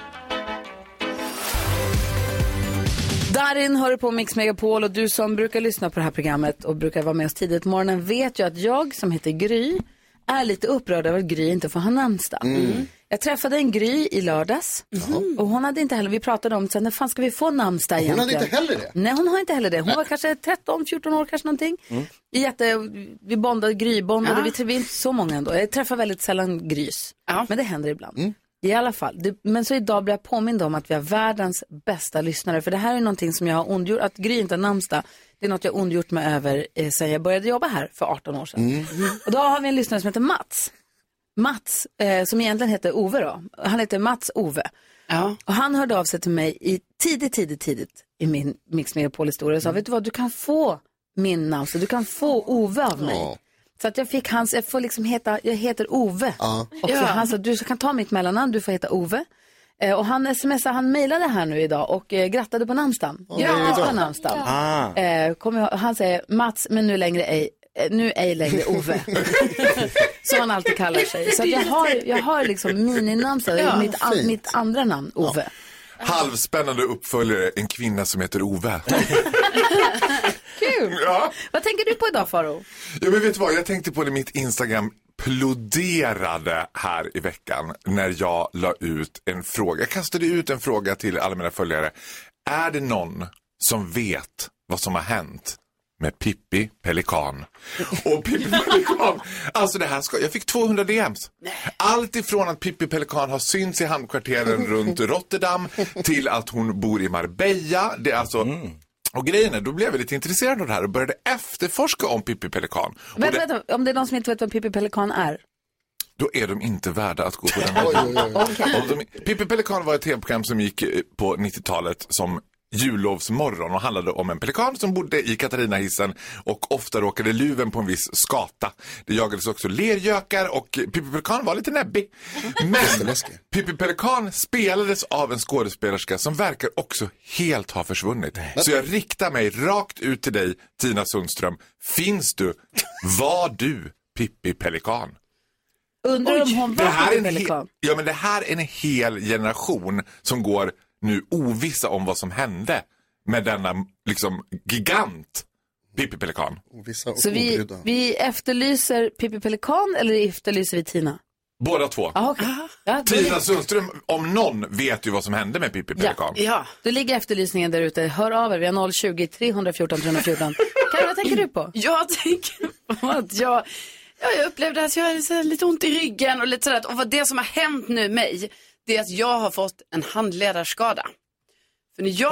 Darin hör på Mix Megapol och du som brukar lyssna på det här programmet och brukar vara med oss tidigt på morgonen vet ju att jag som heter Gry är lite upprörd över att Gry inte får ha namnsdag. Mm. Jag träffade en Gry i lördags mm. och hon hade inte heller, vi pratade om sen när fan ska vi få namnsdag egentligen? Hon hade inte heller det? Nej, hon har inte heller det. Hon var kanske tretton fjorton år kanske någonting. Mm. Jätte, vi bondade, Gry-bondade, ja. vi, vi är inte så många ändå. Jag träffar väldigt sällan Grys, ja. men det händer ibland. Mm. I alla fall, det, men så idag blir jag påmind om att vi har världens bästa lyssnare. För det här är någonting som jag har ondgjort, att Gry inte har namnsdag. Det är något jag ondgjort mig över eh, sen jag började jobba här för arton år sedan. Mm. Och då har vi en lyssnare som heter Mats. Mats, eh, som egentligen heter Ove då. Han heter Mats Ove. Ja. Och han hörde av sig till mig i tidigt, tidigt, tidigt i min Mix Megapol-historia och sa, mm. vet du vad, du kan få min namn, så du kan få Ove av mig. Ja. Så att jag fick hans, jag får liksom heta, jag heter Ove. Ja. Och så ja. han sa, du kan ta mitt mellannamn, du får heta Ove. Eh, och han smsade, han mejlade här nu idag och eh, grattade på namnsdagen. Ja, ja. på namnsdagen. Ah. Eh, kom jag, han säger, Mats, men nu längre ej. Nu ej längre Ove. Så han alltid kallar sig. Så att jag har, jag har liksom mininamn, så ja, mitt, an, mitt andra namn, Ove. Ja. Halvspännande uppföljare, en kvinna som heter Ove. Kul. Ja. Vad tänker du på idag, Faro? Ja, men vet du vad, jag tänkte på det, mitt Instagram ploderade här i veckan när jag la ut en fråga. Jag kastade ut en fråga till alla mina följare. Är det någon som vet vad som har hänt med Pippi Pelikan? Och Pippi Pelikan, alltså det här ska, jag fick tvåhundra D M's. Allt ifrån att Pippi Pelikan har synts i hamnkvarteren runt Rotterdam till att hon bor i Marbella. Det är alltså... Mm. Och grejen är, då blev jag lite intresserad av det här och började efterforska om Pippi Pelikan. Vänta, det... vänta, om det är någon som inte vet vad Pippi Pelikan är? Då är de inte värda att gå på den här. Okay. Pippi Pelikan var ett tv-program som gick på nittiotalet som jullovsmorgon och handlade om en pelikan som bodde i Katarinahissen och ofta råkade luven på en viss skata. Det jagades också lergökar och Pippi Pelikan var lite näbbig. Men Pippi Pelikan spelades av en skådespelerska som verkar också helt ha försvunnit. Så jag riktar mig rakt ut till dig, Tina Sundström. Finns du? Var du Pippi Pelikan? Undrar om hon var Pippi Pelikan? Ja, men det här är en hel generation som går nu ovissa om vad som hände med denna liksom gigant Pippi Pelikan. Så vi, vi efterlyser Pippi Pelikan eller efterlyser vi Tina? Båda två. Ah, okay. ja, Tina Sundström, om någon, vet ju vad som hände med Pippi Pelikan. Ja, ja. Du ligger efterlysningen där ute. Hör av er, vi har noll tjugo, tre fjorton, tre fjorton. Karin, vad tänker du på? Jag tänker på att jag, ja, jag upplevde att jag hade lite ont i ryggen och lite sådär. Och vad det som har hänt nu mig, det är att jag har fått en handledarskada. För när jag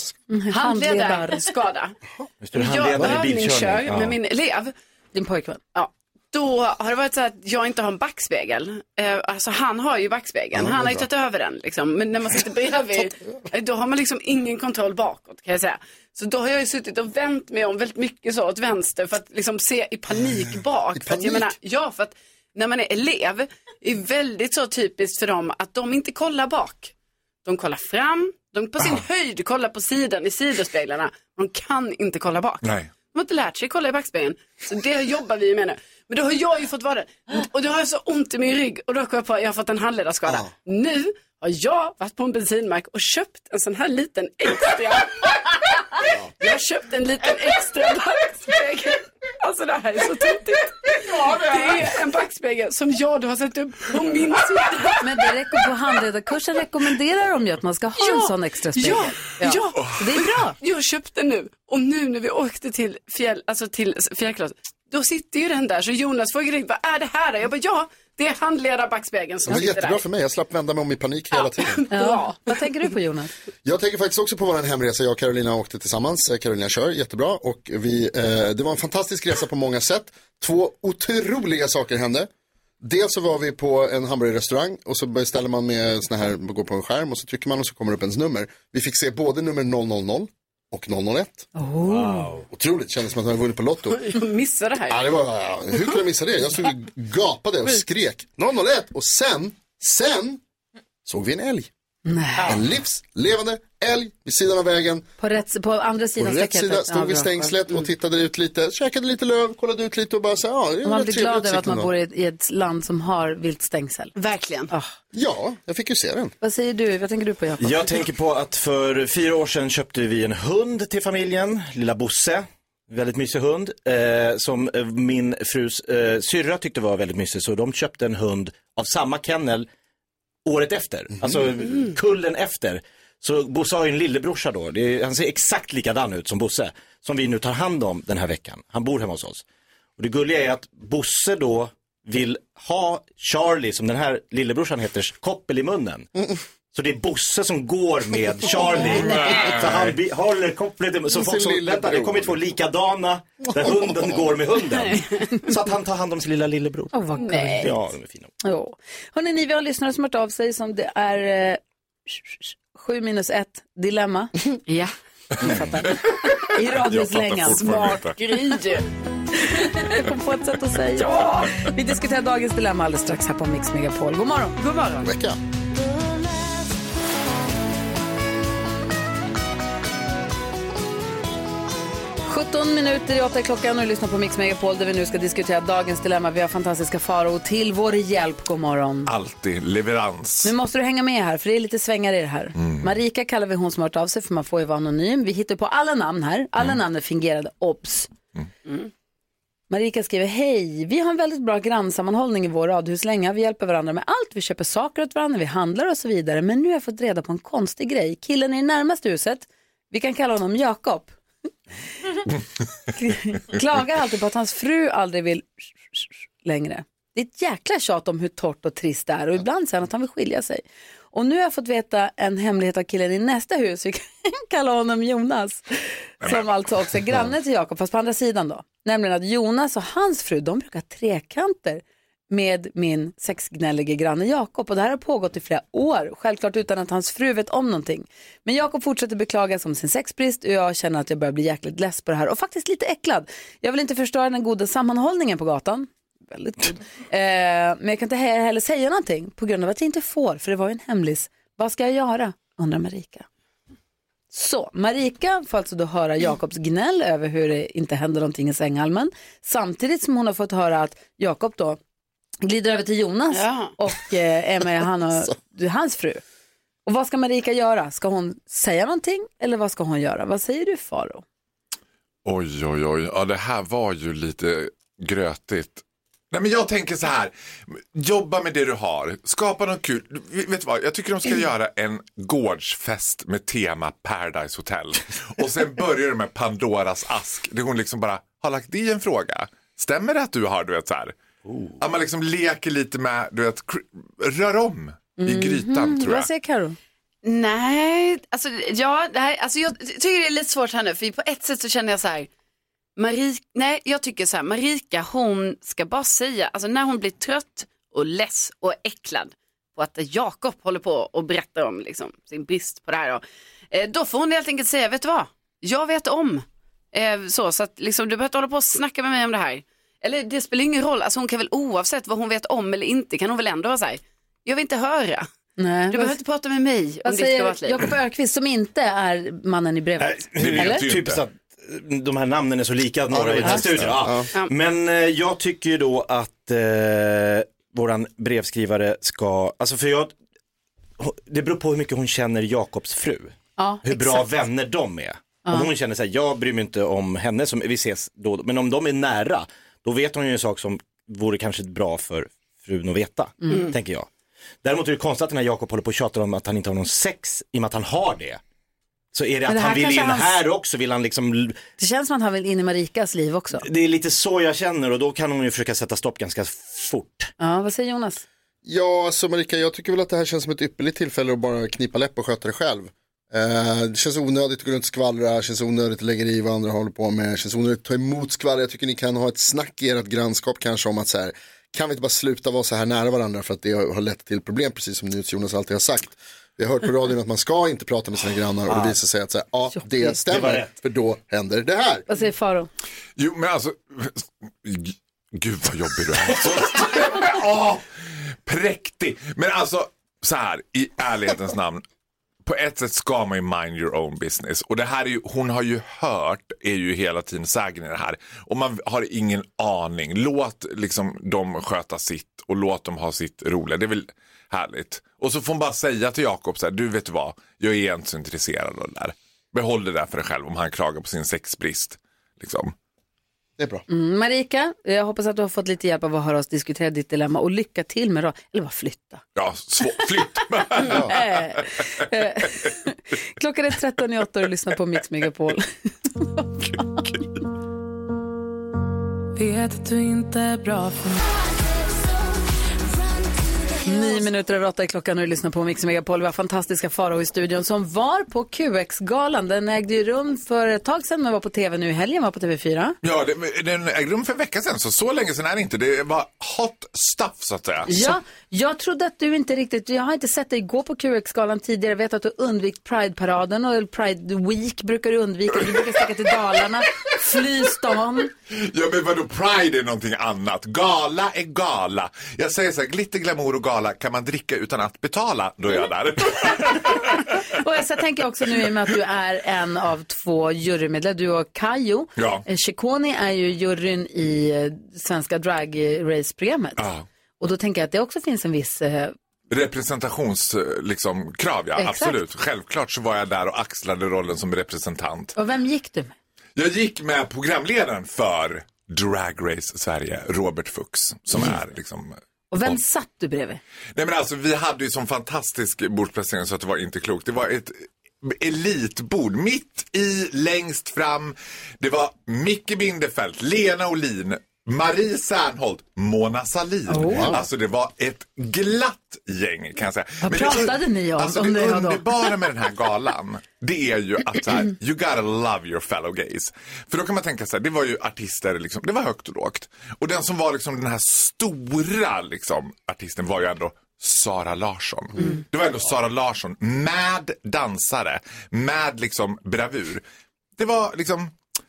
handledarskada. När jag övningskör ja. med min elev, din pojkvän. Ja. Då har det varit så att jag inte har en backspegel. Eh, alltså han har ju backspegeln. Ja, han har ju tagit över den liksom. Men när man sitter bredvid, då har man liksom ingen kontroll bakåt, kan jag säga. Så då har jag ju suttit och vänt mig om väldigt mycket så åt vänster för att liksom se i panik bak. I panik? För att jag menar, ja, för att när man är elev är väldigt så typiskt för dem att de inte kollar bak. De kollar fram, de på sin höjd kollar på sidan i sidospeglarna. De kan inte kolla bak. Nej. De har inte lärt sig kolla i backspegeln. Så det jobbar vi med nu. Men då har jag ju fått vara det. Och då har jag så ont i min rygg. Och då kom jag på att jag har fått en handledarskada. Ah. Nu har jag varit på en bensinmack och köpt en sån här liten extra. Jag har köpt en liten extra backspegel. Alltså det här är så töntigt. Det är en backspegel som jag då har sett upp på min sida. Men det räcker på handledarkursen rekommenderar de ju att man ska ha ja, en sån extra spegel. Ja, ja. ja. Det är bra. Jag köpte den nu. Och nu när vi åkte till fjäll, alltså till fjällklart, då sitter ju den där. Så Jonas frågade, vad är det här? Jag bara, ja, det är handledarbackspegeln som det var sitter jättebra där. för mig, jag slapp vända mig om i panik ja. hela tiden. Ja. Vad tänker du på, Jonas? Jag tänker faktiskt också på vår hemresa. Jag och Carolina åkte tillsammans. Carolina kör, jättebra. Och vi, eh, det var en fantastisk resa på många sätt. Två otroliga saker hände. Dels så var vi på en hamburgerrestaurang och så beställer man med såna här, går på en skärm och så trycker man och så kommer det upp ens nummer. Vi fick se både nummer noll noll noll och noll noll ett. Oh. Wow. Otroligt, kändes som att man hade vunnit på Lotto. Jag missade det här. Ja, det var, hur kunde jag missa det? Jag stod och gapade och skrek noll noll ett och sen, sen såg vi en älg. Nej. En livslevande älg vid sidan av vägen. På, rätt, på andra sidan på rätt sida stod vi stängslet och tittade ut lite, käkade lite löv, kollade ut lite och bara så ja, det man blir glad över att man bor i ett, i ett land som har vilt stängsel. Verkligen. Oh. Ja, jag fick ju se den. Vad säger du? Vad tänker du på, Jakob? Jag tänker på att för fyra år sedan köpte vi en hund till familjen, lilla Bosse. Väldigt mysig hund eh, som min frus eh, syrra tyckte var väldigt mysig, så de köpte en hund av samma kennel året efter, mm. alltså kullen efter. Så Bosse har ju en lillebrorsa då, det är, han ser exakt likadan ut som Bosse, som vi nu tar hand om den här veckan. Han bor hemma hos oss. Och det gulliga är att Bosse då vill ha Charlie, som den här lillebrorsan heter, koppel i munnen. Mm. Så det är Bosse som går med Charlie. Så han be- håller kopplet. Så folk som, vänta, det kommer två likadana där hunden går med hunden. Så att han tar hand om sin lilla lillebror. Åh, oh, vad gulligt. Ja, de är fina. Oh. Hörrni, ni, vi har lyssnare som har hört av sig som det är eh, sju minus ett dilemma. Ja. I radioslängan. Smart grej. Jag kom på ett sätt att säga. Ja. Vi diskuterar dagens dilemma alldeles strax här på Mix Megapol. God morgon. God morgon. Vecka. sjutton minuter i åtta klockan och lyssnar på Mix Megapol där vi nu ska diskutera dagens dilemma. Vi har fantastiska Faro till vår hjälp. God morgon. Alltid leverans. Nu måste du hänga med här för det är lite svängar i det här. Mm. Marika kallar vi hon som har hört av sig för man får ju vara anonym. Vi hittar på alla namn här. Alla mm. namn är fingerade. Obs. Mm. Mm. Marika skriver, hej, vi har en väldigt bra grannsammanhållning i vår radhuslänga. Vi hjälper varandra med allt, vi köper saker åt varandra, vi handlar och så vidare. Men nu har jag fått reda på en konstig grej. Killen i närmaste huset, vi kan kalla honom Jakob. Klagar alltid på att hans fru aldrig vill längre. Det är ett jäkla tjat om hur torrt och trist det är. Och ibland säger han att han vill skilja sig. Och nu har jag fått veta en hemlighet av killen i nästa hus. Vi kan kalla honom Jonas. Som alltså också är granne till Jakob, fast på andra sidan då. Nämligen att Jonas och hans fru, de brukar trekanter med min sexgnällige granne Jakob. Och det här har pågått i flera år. Självklart utan att hans fru vet om någonting. Men Jakob fortsätter beklaga som sin sexbrist. Och jag känner att jag börjar bli jäkligt less på det här. Och faktiskt lite äcklad. Jag vill inte förstöra den goda sammanhållningen på gatan. Väldigt god. Eh, men jag kan inte heller säga någonting. På grund av att jag inte får. För det var ju en hemlis. Vad ska jag göra? Undrar Marika. Så, Marika får alltså då höra Jakobs gnäll över hur det inte händer någonting i sänghalmen. Samtidigt som hon har fått höra att Jakob då glider över till Jonas ja. och eh, är med han och hans fru. Och vad ska Marika göra? Ska hon säga någonting eller vad ska hon göra? Vad säger du, Faro? Oj, oj, oj. Ja, det här var ju lite grötigt. Nej, men jag tänker så här. Jobba med det du har. Skapa något kul. Vet du vad? Jag tycker de ska göra en gårdsfest med tema Paradise Hotel. Och sen börjar de med Pandoras ask. Där hon liksom bara har lagt i en fråga. Stämmer det att du har, du vet så här? Oh. Att man liksom leker lite med, du vet, rör om i grytan, mm-hmm. tror jag. Vad säger Karo? Nej, alltså, ja, det här, alltså jag tycker det är lite svårt här nu. För på ett sätt så känner jag så här. Marika, nej, jag tycker så här, Marika, hon ska bara säga, alltså när hon blir trött och less och äcklad på att Jakob håller på och berättar om liksom, sin brist på det här då, eh, då får hon helt enkelt säga, vet du vad, jag vet om eh, så, så att liksom, du behöver inte hålla på och snacka med mig om det här. Eller det spelar ingen roll, alltså hon kan väl oavsett vad hon vet om eller inte, kan hon väl ändå vara så här, jag vill inte höra. Nej, du behöver inte prata med mig om det ska vara ett liv. Jakob Ökvist som inte är mannen i brevet. Nej, eller? Typ så att de här namnen är så lika, några ja, i den här studion. Ja. Ja. Men eh, jag tycker ju då att eh, våran brevskrivare ska, alltså för jag, det beror på hur mycket hon känner Jakobs fru. Ja, hur exakt. bra vänner de är. Ja. Om hon känner så här, jag bryr mig inte om henne som vi ses då, men om de är nära, då vet hon ju en sak som vore kanske bra för frun att veta, mm. tänker jag. Däremot är det konstigt att när Jakob håller på och tjatar om att han inte har någon sex, i och med att han har det. Så är det att det han vill in hans... här också, vill han liksom... Det känns som att han vill in i Marikas liv också. Det är lite så jag känner, och då kan hon ju försöka sätta stopp ganska fort. Ja, vad säger Jonas? Ja, så Marika, jag tycker väl att det här känns som ett ypperligt tillfälle att bara knipa läpp och sköta det själv. Eh, det känns onödigt att gå runt och skvallra, det känns onödigt att lägga i vad andra håller på med, det känns onödigt att ta emot skvallra. Jag tycker ni kan ha ett snack i ert grannskap kanske om att så här, kan vi inte bara sluta vara så här nära varandra för att det har lett till problem, precis som Nils Jonas alltid har sagt. Vi har hört på radion att man ska inte prata med sina grannar och det visar sig att så här, ja, det stämmer, det för då händer det här. Vad säger Faro? Jo, men alltså, gud vad jobbig du är. Åh, präktig. Men alltså, så här, i ärlighetens namn, på ett sätt ska man ju mind your own business. Och det här är ju, hon har ju hört, är ju hela tiden sägen i det här. Och man har ingen aning. Låt liksom dem sköta sitt och låt dem ha sitt roliga. Det är väl härligt. Och så får man bara säga till Jakob så här, du vet vad, jag är inte så intresserad av det där. Behåll det där för dig själv om han klagar på sin sexbrist. Liksom. Det är bra. Mm, Marika, jag hoppas att du har fått lite hjälp av att höra oss diskutera ditt dilemma och lycka till med det. Eller bara flytta. Ja, svårt. Flytt. Klockan är tretton i åtta och du lyssnar på Mix Megapol. Vet att du inte är bra för mig. Nio minuter över åtta i klockan och du lyssnar på Mix Megapol. Vi har fantastiska Faro i studion som var på Q X-galan. Den ägde ju rum för ett tag sedan, men var på tv nu i helgen, var på T V fyra. Ja, det, den ägde rum för en vecka sedan, så så länge sedan är det inte. Det var hot stuff, så att säga. Ja, jag trodde att du inte riktigt, jag har inte sett dig gå på Q X-galan tidigare. Jag vet att du undvikit Pride-paraden och Pride Week brukar du undvika. Du brukar sticka till Dalarna, fly stan. Ja, men vadå, Pride är någonting annat. Gala är gala. Jag säger så här, glitter, glamour och gala kan man dricka utan att betala, då är jag där. Och så tänker jag också nu i och med att du är en av två jurymedlemmar, du och Kajo. Ja. Shikoni är ju juryn i svenska drag race-programmet. Ja. Och då tänker jag att det också finns en viss... Eh... Representationskrav, liksom, krav, ja. Exakt. Absolut. Självklart så var jag där och axlade rollen som representant. Och vem gick du med? Jag gick med programledaren för Drag Race Sverige, Robert Fuchs, som mm. är liksom... Och vem satt du bredvid? Nej, men alltså, vi hade ju som fantastisk bordsplacering så att det var inte klokt. Det var ett elitbord mitt i, längst fram. Det var Micke Bindefeld, Lena Olin, Marie Sernholt, Mona Sahlin. Oh. Alltså det var ett glatt gäng, kan jag säga. Vad men pratade det, ni om? Alltså om det det underbara med den här galan, det är ju att så här, you gotta love your fellow gays. För då kan man tänka så här, det var ju artister liksom, det var högt och lågt. Och den som var liksom den här stora liksom artisten var ju ändå Sara Larsson. Mm. Det var ändå Sara Larsson med dansare, med liksom bravur. Det var liksom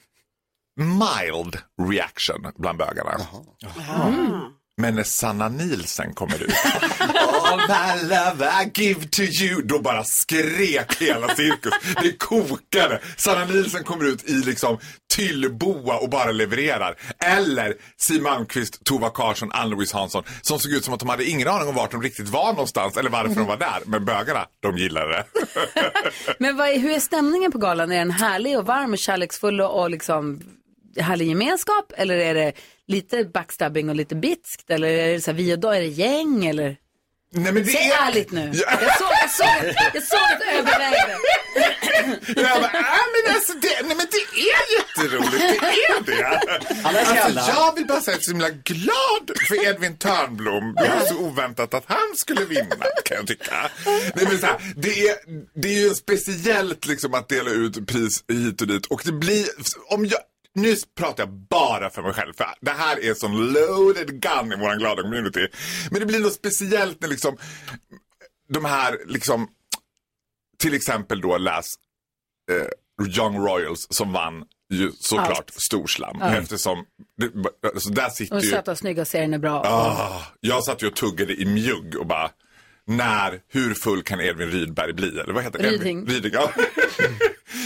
mild reaction bland bögarna. Jaha. Jaha. Mm. Men när Sanna Nielsen kommer ut, all my love I give to you, då bara skrek hela cirkus. Det kokade. Sanna Nielsen kommer ut i liksom tyllboa och bara levererar. Eller Siw Malmkvist, Tova Karlsson, Ann-Louise Hansson, som såg ut som att de hade ingen aning om vart de riktigt var någonstans eller varför de var där. Men bögarna, de gillade det. Men vad är, hur är stämningen på galan? Är den härlig och varm och kärleksfull och, och liksom härlig gemenskap? Eller är det lite backstabbing och lite bitskt? Eller är det så här, vi och då är det gäng? Eller? Nej, men det Säg är... ärligt nu. Ja. Jag såg jag såg, jag såg att du övervägde. Jag bara, äh, men alltså det, nej, men det är jätteroligt. Det är det. Alltså, jag vill bara säga att jag är så himla glad för Edvin Törnblom. Det var så oväntat att han skulle vinna, kan jag tycka. Nej, men så här, det, är, det är ju speciellt liksom, att dela ut pris hit och dit. Och det blir, om jag... Nu pratar jag bara för mig själv, för det här är som loaded gun i våran glada community. Men det blir något speciellt när liksom de här liksom, till exempel då läs eh, Young Royals som vann ju såklart Allt. Storslam. Ja. Eftersom det, alltså där sitter och ju... söta och snygga serien är bra. Ah, jag satt ju och tuggade i mjugg och bara... När, hur full kan Edvin Rydberg bli? Eller vad heter Ryding. Edvin? Ryding, ja.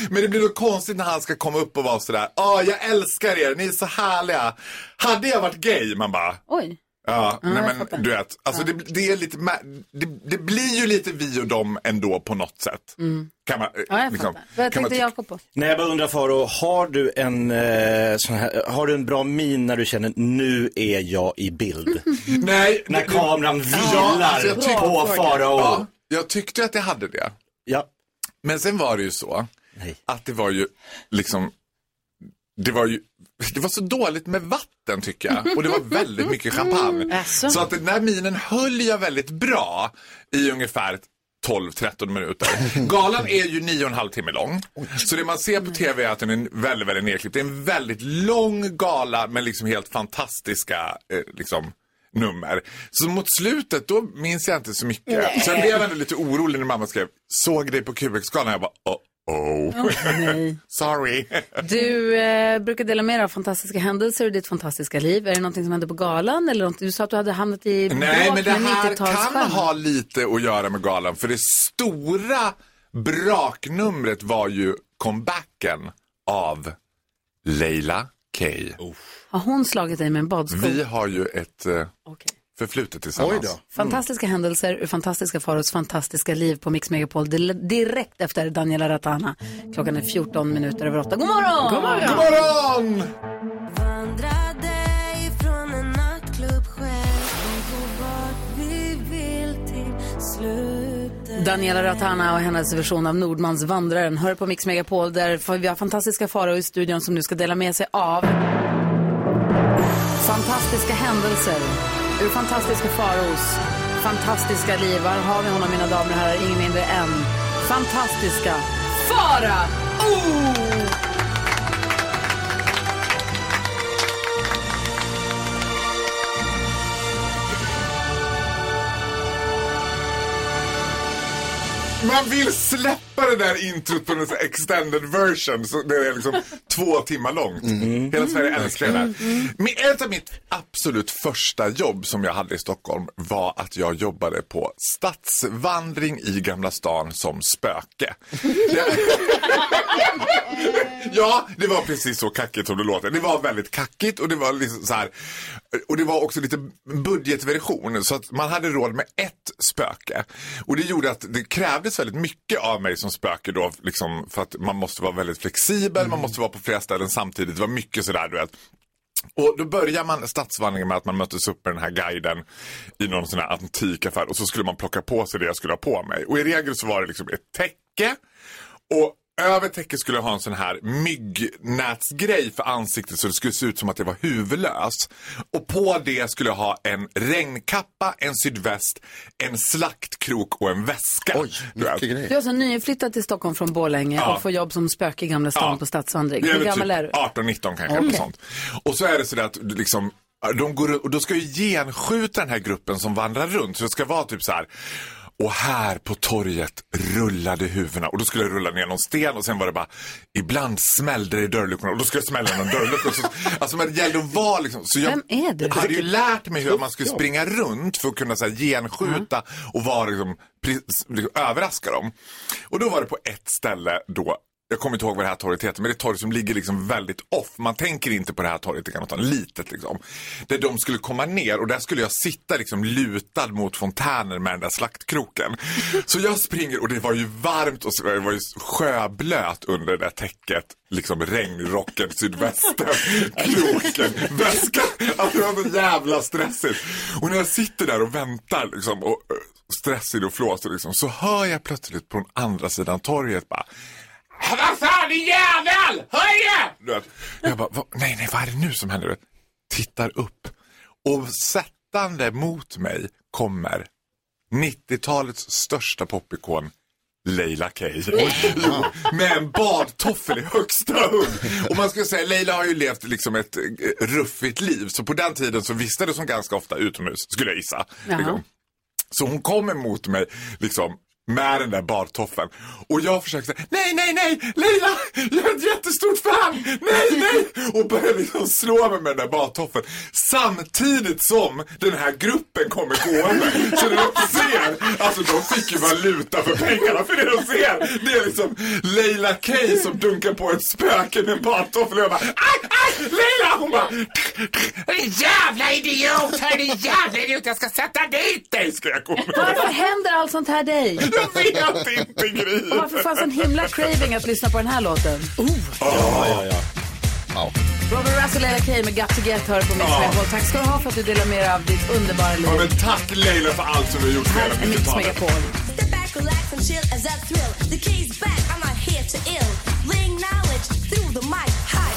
Men det blir något konstigt när han ska komma upp och vara sådär. Ja, jag älskar er, ni är så härliga. Hade jag varit gay, man bara. Oj. Ja, Ja, nej jag men fattar. du vet, alltså Ja. det, det är lite, ma- det, det blir ju lite vi och dem ändå på något sätt. Mm. Kan man, Ja, jag liksom, fattar. Vad kan man tänkte ty- Jakob på? Nej, jag bara undrar Faro, har du en eh, sån här, har du en bra min när du känner nu är jag i bild? Nej, när det- kameran vilar Ja, alltså jag tyck- på Faro. Ja, jag tyckte att jag hade det. Ja. Men sen var det ju så Nej. att det var ju liksom, det var ju, det var så dåligt med vatten tycker jag. Och det var väldigt mycket champagne. Alltså. Så att den där minen höll jag väldigt bra i ungefär tolv tretton minuter. Galan är ju nio och en halv timme lång. Så det man ser på tv är att den är väldigt, väldigt nedklippt. Det är en väldigt lång gala med liksom helt fantastiska eh, liksom, nummer. Så mot slutet då minns jag inte så mycket. Nej. Så jag blev ändå lite orolig när mamma skrev, såg dig på Q X-galan. Jag bara, oh, oh. Nej. Sorry. Du eh, brukar dela med dig av fantastiska händelser i ditt fantastiska liv. Är det någonting som hände på galan? Eller något? Du sa att du hade hamnat i Nej, bråk men det med här kan nittiotalsstjärnor. ha lite att göra med galan. För det stora braknumret var ju comebacken av Leila K. Har hon slagit dig med en badsko? Vi har ju ett eh, förflutet tillsammans. Oj då. Fantastiska händelser ur fantastiska Faros fantastiska liv på Mix Megapol di- direkt efter Daniela Ratana. Klockan är fjorton minuter över åtta. God morgon! God morgon! God morgon! Vandrade ifrån en nattklubb själv. Gå vart vi vill till slutet. Daniela Ratana och hennes version av Nordmans vandraren hör på Mix Megapol där vi har fantastiska Faro i studion som nu ska dela med sig av fantastiska händelser ur fantastiska Faros fantastiska liv. Här har vi honom, mina damer och herrar, ingen mindre än fantastiska Fara! Oh! Man vill släppa det där introt på en sån här extended version. Så det är liksom två timmar långt. Hela Sverige älskar det där. Men ett av mitt absolut första jobb som jag hade i Stockholm var att jag jobbade på stadsvandring i Gamla stan som spöke. Ja, det var precis så kackigt som det låter. Det var väldigt kackigt och det var liksom så här, och det var också lite budgetversion så att man hade råd med ett spöke. Och det gjorde att det krävdes väldigt mycket av mig som spöke då liksom, för att man måste vara väldigt flexibel, mm. man måste vara på flera ställen samtidigt. Det var mycket sådär, du vet. Och då börjar man stadsvandringen med att man möttes upp med den här guiden i någon sån här antik affär och så skulle man plocka på sig det jag skulle ha på mig. Och i regel så var det liksom ett täcke och över täcket skulle jag ha en sån här myggnätsgrej för ansiktet så det skulle se ut som att det var huvudlös. Och på det skulle jag ha en regnkappa, en sydväst, en slaktkrok och en väska. Oj, mycket grejer. Du är alltså nyflyttad till Stockholm från Borlänge Ja. och får jobb som spöke i Gamla stan Ja. på stadsvandring. Det är Hur väl gammal typ är du? arton nitton kanske. Okej. Okay. Sånt. Och så är det så där att liksom, de går, och då ska ju genskjuta den här gruppen som vandrar runt. Så det ska vara typ så här. Och här på torget rullade huvudena. Och då skulle jag rulla ner någon sten. Och sen var det bara, ibland smällde det i dörrluckorna. Och då skulle jag smälla någon dörrlucka. Så, alltså men det gällde att vara liksom. Så jag Vem är du? hade ju lärt mig hur man skulle springa runt. För att kunna så här, genskjuta. Och vara liksom, pre, liksom, överraska dem. Och då var det på ett ställe då. Jag kommer inte ihåg vad det här torget heter, men det är ett torg som ligger liksom väldigt off. Man tänker inte på det här torget, det kan vara litet liksom. Där de skulle komma ner och där skulle jag sitta liksom lutad mot fontänen med den där slaktkroken. Så jag springer och det var ju varmt och så det var ju sjöblöt under det där täcket. Liksom regnrocken, sydvästen, kroken, väskan. Alltså det var så jävla stressigt. Och när jag sitter där och väntar liksom, och stressig och flåsig liksom, så hör jag plötsligt på den andra sidan torget bara... Vad fan din jävel! Höj! Jag bara, vad, nej nej vad är det nu som händer? Tittar upp och sättande mot mig kommer nittiotalets största popikon Leila K. Jo, med en badtoffel i högsta hugg. Och man skulle säga, Leila har ju levt liksom ett ruffigt liv. Så på den tiden så vistades hon ganska ofta utomhus, skulle jag gissa. Liksom. Så hon kom emot mig liksom med den där badtoffeln. Och jag försökte säga, nej, nej, nej, Leila, jag är ett jättestort fan, nej, nej. och börjar liksom slå mig med den där badtoffeln. Samtidigt som den här gruppen kommer gående. Så de ser, alltså de fick ju valuta för pengarna. För det de ser, det är liksom Leila Kay som dunkar på ett spöke med en badtoffel. Och jag bara, aj, aj, Leila! Hon bara, jävla idiot, här är jävla idiot, jag ska sätta dit dig, skrek hon. Varför händer allt sånt här dig? Jag vet inte, Gry. Och varför fanns en himla craving att lyssna på den här låten? Oh. Ja, ja, ja. Ja. Robert Russell och Leila Kay med Got to Get hör på Mix Megapol. Tack ska du ha för att du delar med dig av ditt underbara liv. Ja, men tack Leila för allt som du har gjort för hela Mix nittiotalet. Megapol. Step back, relax and chill as that thrill. The key's back, I'm not here to ill. Laying knowledge through the mic. Hi.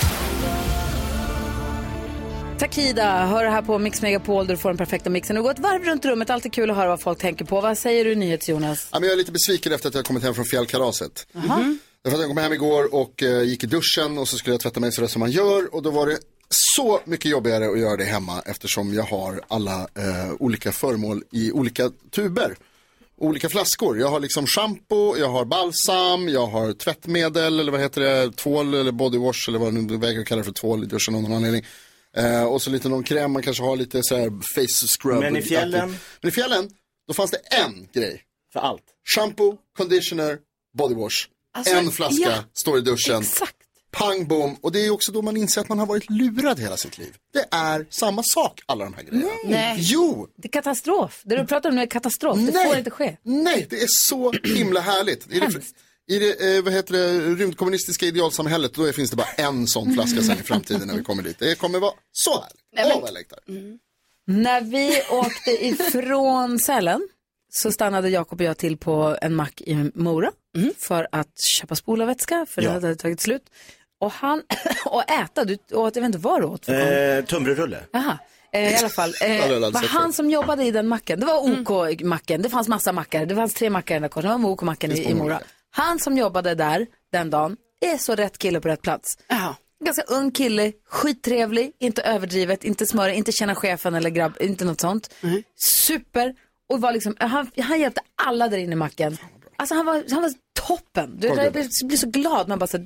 Takida, hör här på Mix Megapol där du får den perfekta mixen. Och gå ett varv runt rummet, alltid kul att höra vad folk tänker på. Vad säger du, NyhetsJonas? Ja, men jag är lite besviken efter att jag kommit hem från fjällkalaset. Mm-hmm. Därför att jag kom hem igår och uh, gick i duschen och så skulle jag tvätta mig sådär som man gör. Och då var det så mycket jobbigare att göra det hemma eftersom jag har alla uh, olika föremål i olika tuber. Olika flaskor. Jag har liksom shampoo, jag har balsam, jag har tvättmedel eller vad heter det, tvål eller bodywash eller vad nu väger att kalla det för tvål i duschen av någon anledning. Uh, och så lite någon kräm, man kanske har lite så här face scrub. Men i fjällen? Men i fjällen, då fanns det en grej. För allt? Shampoo, conditioner, bodywash. Alltså, en flaska ja, står i duschen. Exakt. Pang, bom. Och det är också då man inser att man har varit lurad hela sitt liv. Det är samma sak, alla de här grejerna. Nej. Jo. Det är katastrof. Det du pratar om nu är katastrof. Det Nej. får inte ske. Nej, det är så himla härligt. I det, i det eh, vad heter det, rymdkommunistiska idealsamhället, då finns det bara en sån flaska sen i framtiden när vi kommer dit. Det kommer vara så härligt. Nej, men... Åh, vad jag längtar. Mm. När vi åkte ifrån Sälen så stannade Jakob och jag till på en mack i Mora mm. för att köpa spolarvätska, för ja. det hade tagit slut. Och han, och äta, du åt, jag vet inte vad du åt. Eh, Tunnbrödsrulle. Jaha. Eh, I alla fall, eh, var han som jobbade i den macken, det var O K-macken, det fanns massa mackar, det fanns tre mackar i den där korsen, det var O K-macken i, i Mora. Han som jobbade där den dagen är så rätt kille på rätt plats. Jaha. Ganska ung kille, skittrevlig, inte överdrivet, inte smörig, inte känna chefen eller grabb, inte något sånt. Mm. Super, och var liksom, han, han hjälpte alla där inne i macken. Alltså han var, han var toppen. Du, jag blir så glad, man bara så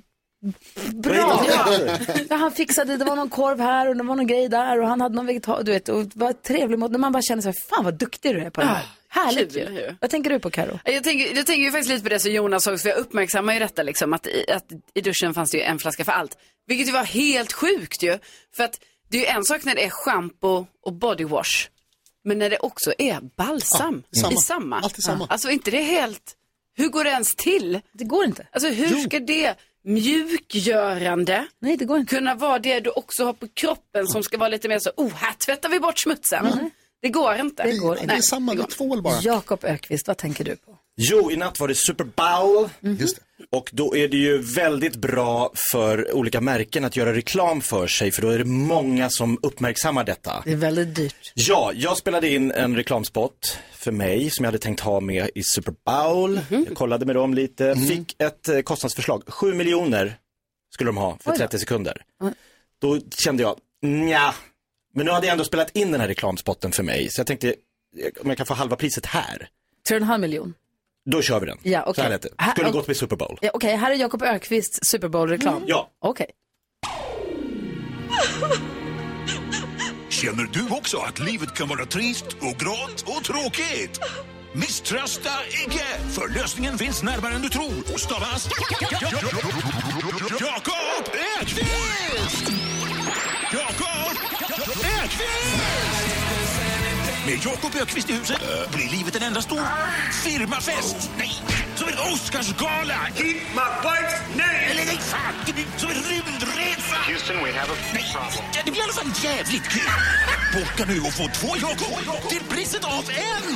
bra. Ja. Han fixade, det var någon korv här och det var någon grej där och han hade någon vegetal, du vet, och var trevlig mot, när man bara känner så här, fan vad duktig du är på det här. Ah, härligt ju. ju. Vad tänker du på, Karo? Jag tänker, jag tänker ju faktiskt lite på det som Jonas också, för jag uppmärksammar ju detta liksom, att, att i duschen fanns det ju en flaska för allt. Vilket ju var helt sjukt ju. För att det är ju en sak när det är shampoo och bodywash. Men när det också är balsam ja, samma. i samma. Alltid samma. Alltså inte det helt, hur går det ens till? Det går inte. Alltså hur jo. ska det mjukgörande Nej, det går inte. kunna vara det du också har på kroppen som ska vara lite mer så, oh, här tvättar vi bort smutsen. Mm. Det går inte. Det går inte. Det är samma, det är tvål bara. Jakob Ökvist, vad tänker du på? Jo, i natt var det Super Bowl. Mm-hmm. Just det. Och då är det ju väldigt bra för olika märken att göra reklam för sig. För då är det många som uppmärksammar detta. Det är väldigt dyrt. Ja, jag spelade in en reklamspot för mig som jag hade tänkt ha med i Super Bowl. Mm-hmm. Jag kollade med dem lite. Mm-hmm. Fick ett eh, kostnadsförslag. Sju miljoner skulle de ha för trettio sekunder. Mm. Då kände jag, nja. Men nu hade jag ändå spelat in den här reklamspotten för mig. Så jag tänkte, om jag kan få halva priset här. Tre och en halv miljon. Då kör vi den. Ja, okay. Så här lät det. Skulle gått med Super Bowl. Ja, okej, okay. Här är Jakob Ökvists Super Bowl-reklam. Mm. Ja. Okej. Okay. Känner du också att livet kan vara trist och grått och tråkigt? Misströsta icke, för lösningen finns närmare än du tror. Och stavas Jakob Ökvist! Jakob Ökvist! Med Jakob Ökvist i huset blir livet en enda stor firmafest. Nej, som en Oscarsgala. Keep my bikes, nej! Eller nej, fan, det blir som en rymdresa. Houston, we have a nej, det blir i alla fall jävligt kul. Boka nu och få två Jakob till priset av en.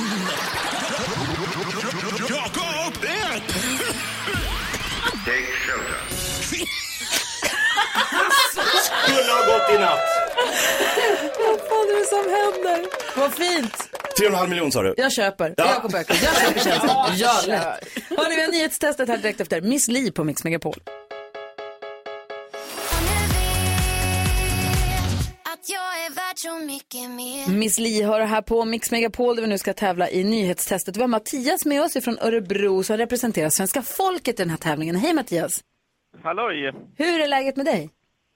Jakob Ökvist! Take shelter. Skulle ha gått i natt. Vad fan är det som händer? Vad fint. Tre och en halv miljon sa du. Jag köper. Ja. Jakob Ökvist. Jag köper tjänsten. Ja, lätt. Hörrni, vi har nyhetstestet här direkt efter. Miss Li på Mix Megapol. Miss Li hör här på Mix Megapol där vi nu ska tävla i nyhetstestet. Vi har Mattias med oss från Örebro som representerar svenska folket i den här tävlingen. Hej Mattias. Halloj. Hur är läget med dig?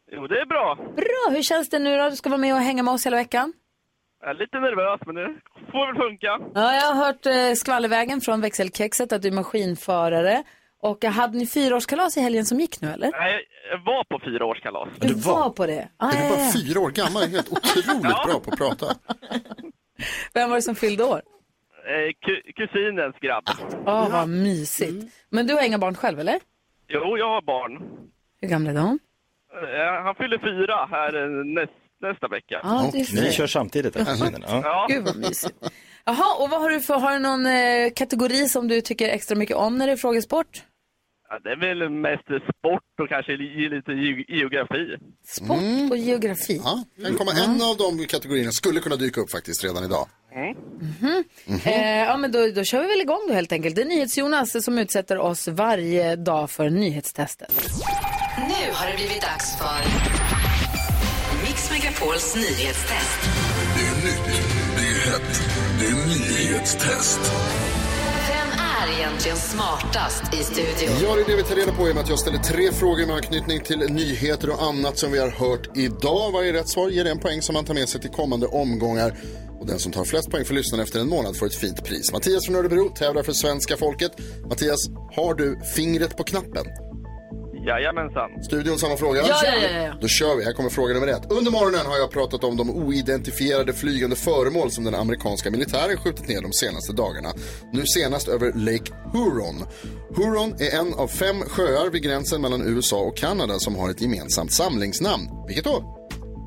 Jo, det är bra. Bra, hur känns det nu då? Du ska vara med och hänga med oss hela veckan. Jag är lite nervös, men det får väl funka. Ja, jag har hört eh, skvallervägen från växelkexet att du är maskinförare. Och hade ni fyraårskalas i helgen som gick nu, eller? Nej, jag var på fyraårskalas. Du, du var på det? Ah, är du bara ja, ja. fyra år gammal? Helt otroligt bra på att prata. Vem var det som fyllde år? Eh, ku- kusinens grabb. Åh, oh, vad mysigt. Mm. Men du har inga barn själv, eller? Jo, jag har barn. Hur gamla är de? Eh, han fyller fyra här eh, näst, nästa vecka. Ah, Ni kör samtidigt. Ja. Ja. Gud vad mysigt. Jaha, och vad har du för, har du någon eh, kategori som du tycker extra mycket om när det är frågesport? Ja, det är väl mest sport och kanske lite ge- geografi. Sport mm. och geografi? Ja, kan komma en av de kategorierna skulle kunna dyka upp faktiskt redan idag. Mm. Mm-hmm. Mm-hmm. Eh, ja, men då, då kör vi väl igång då helt enkelt. Det är NyhetsJonas som utsätter oss varje dag för nyhetstestet. Nu har det blivit dags för Mix Megapols nyhetstest. Det är nytt, det är hett, det är nyhetstest. Vem är egentligen smartast i studion? Ja, det är det vi tar reda på i och med att jag ställer tre frågor med anknytning till nyheter och annat som vi har hört idag. Varje rätt svar ger en poäng som man tar med sig till kommande omgångar. Och den som tar flest poäng för lyssnaren efter en månad får ett fint pris. Mattias från Örebro tävlar för svenska folket. Mattias, har du fingret på knappen? Jajamensan. Studion, samma fråga? Ja, ja, ja, ja. Då kör vi. Här kommer fråga nummer ett. Under morgonen har jag pratat om de oidentifierade flygande föremål som den amerikanska militären skjutit ner de senaste dagarna. Nu senast över Lake Huron. Huron är en av fem sjöar vid gränsen mellan U S A och Kanada som har ett gemensamt samlingsnamn. Vilket då?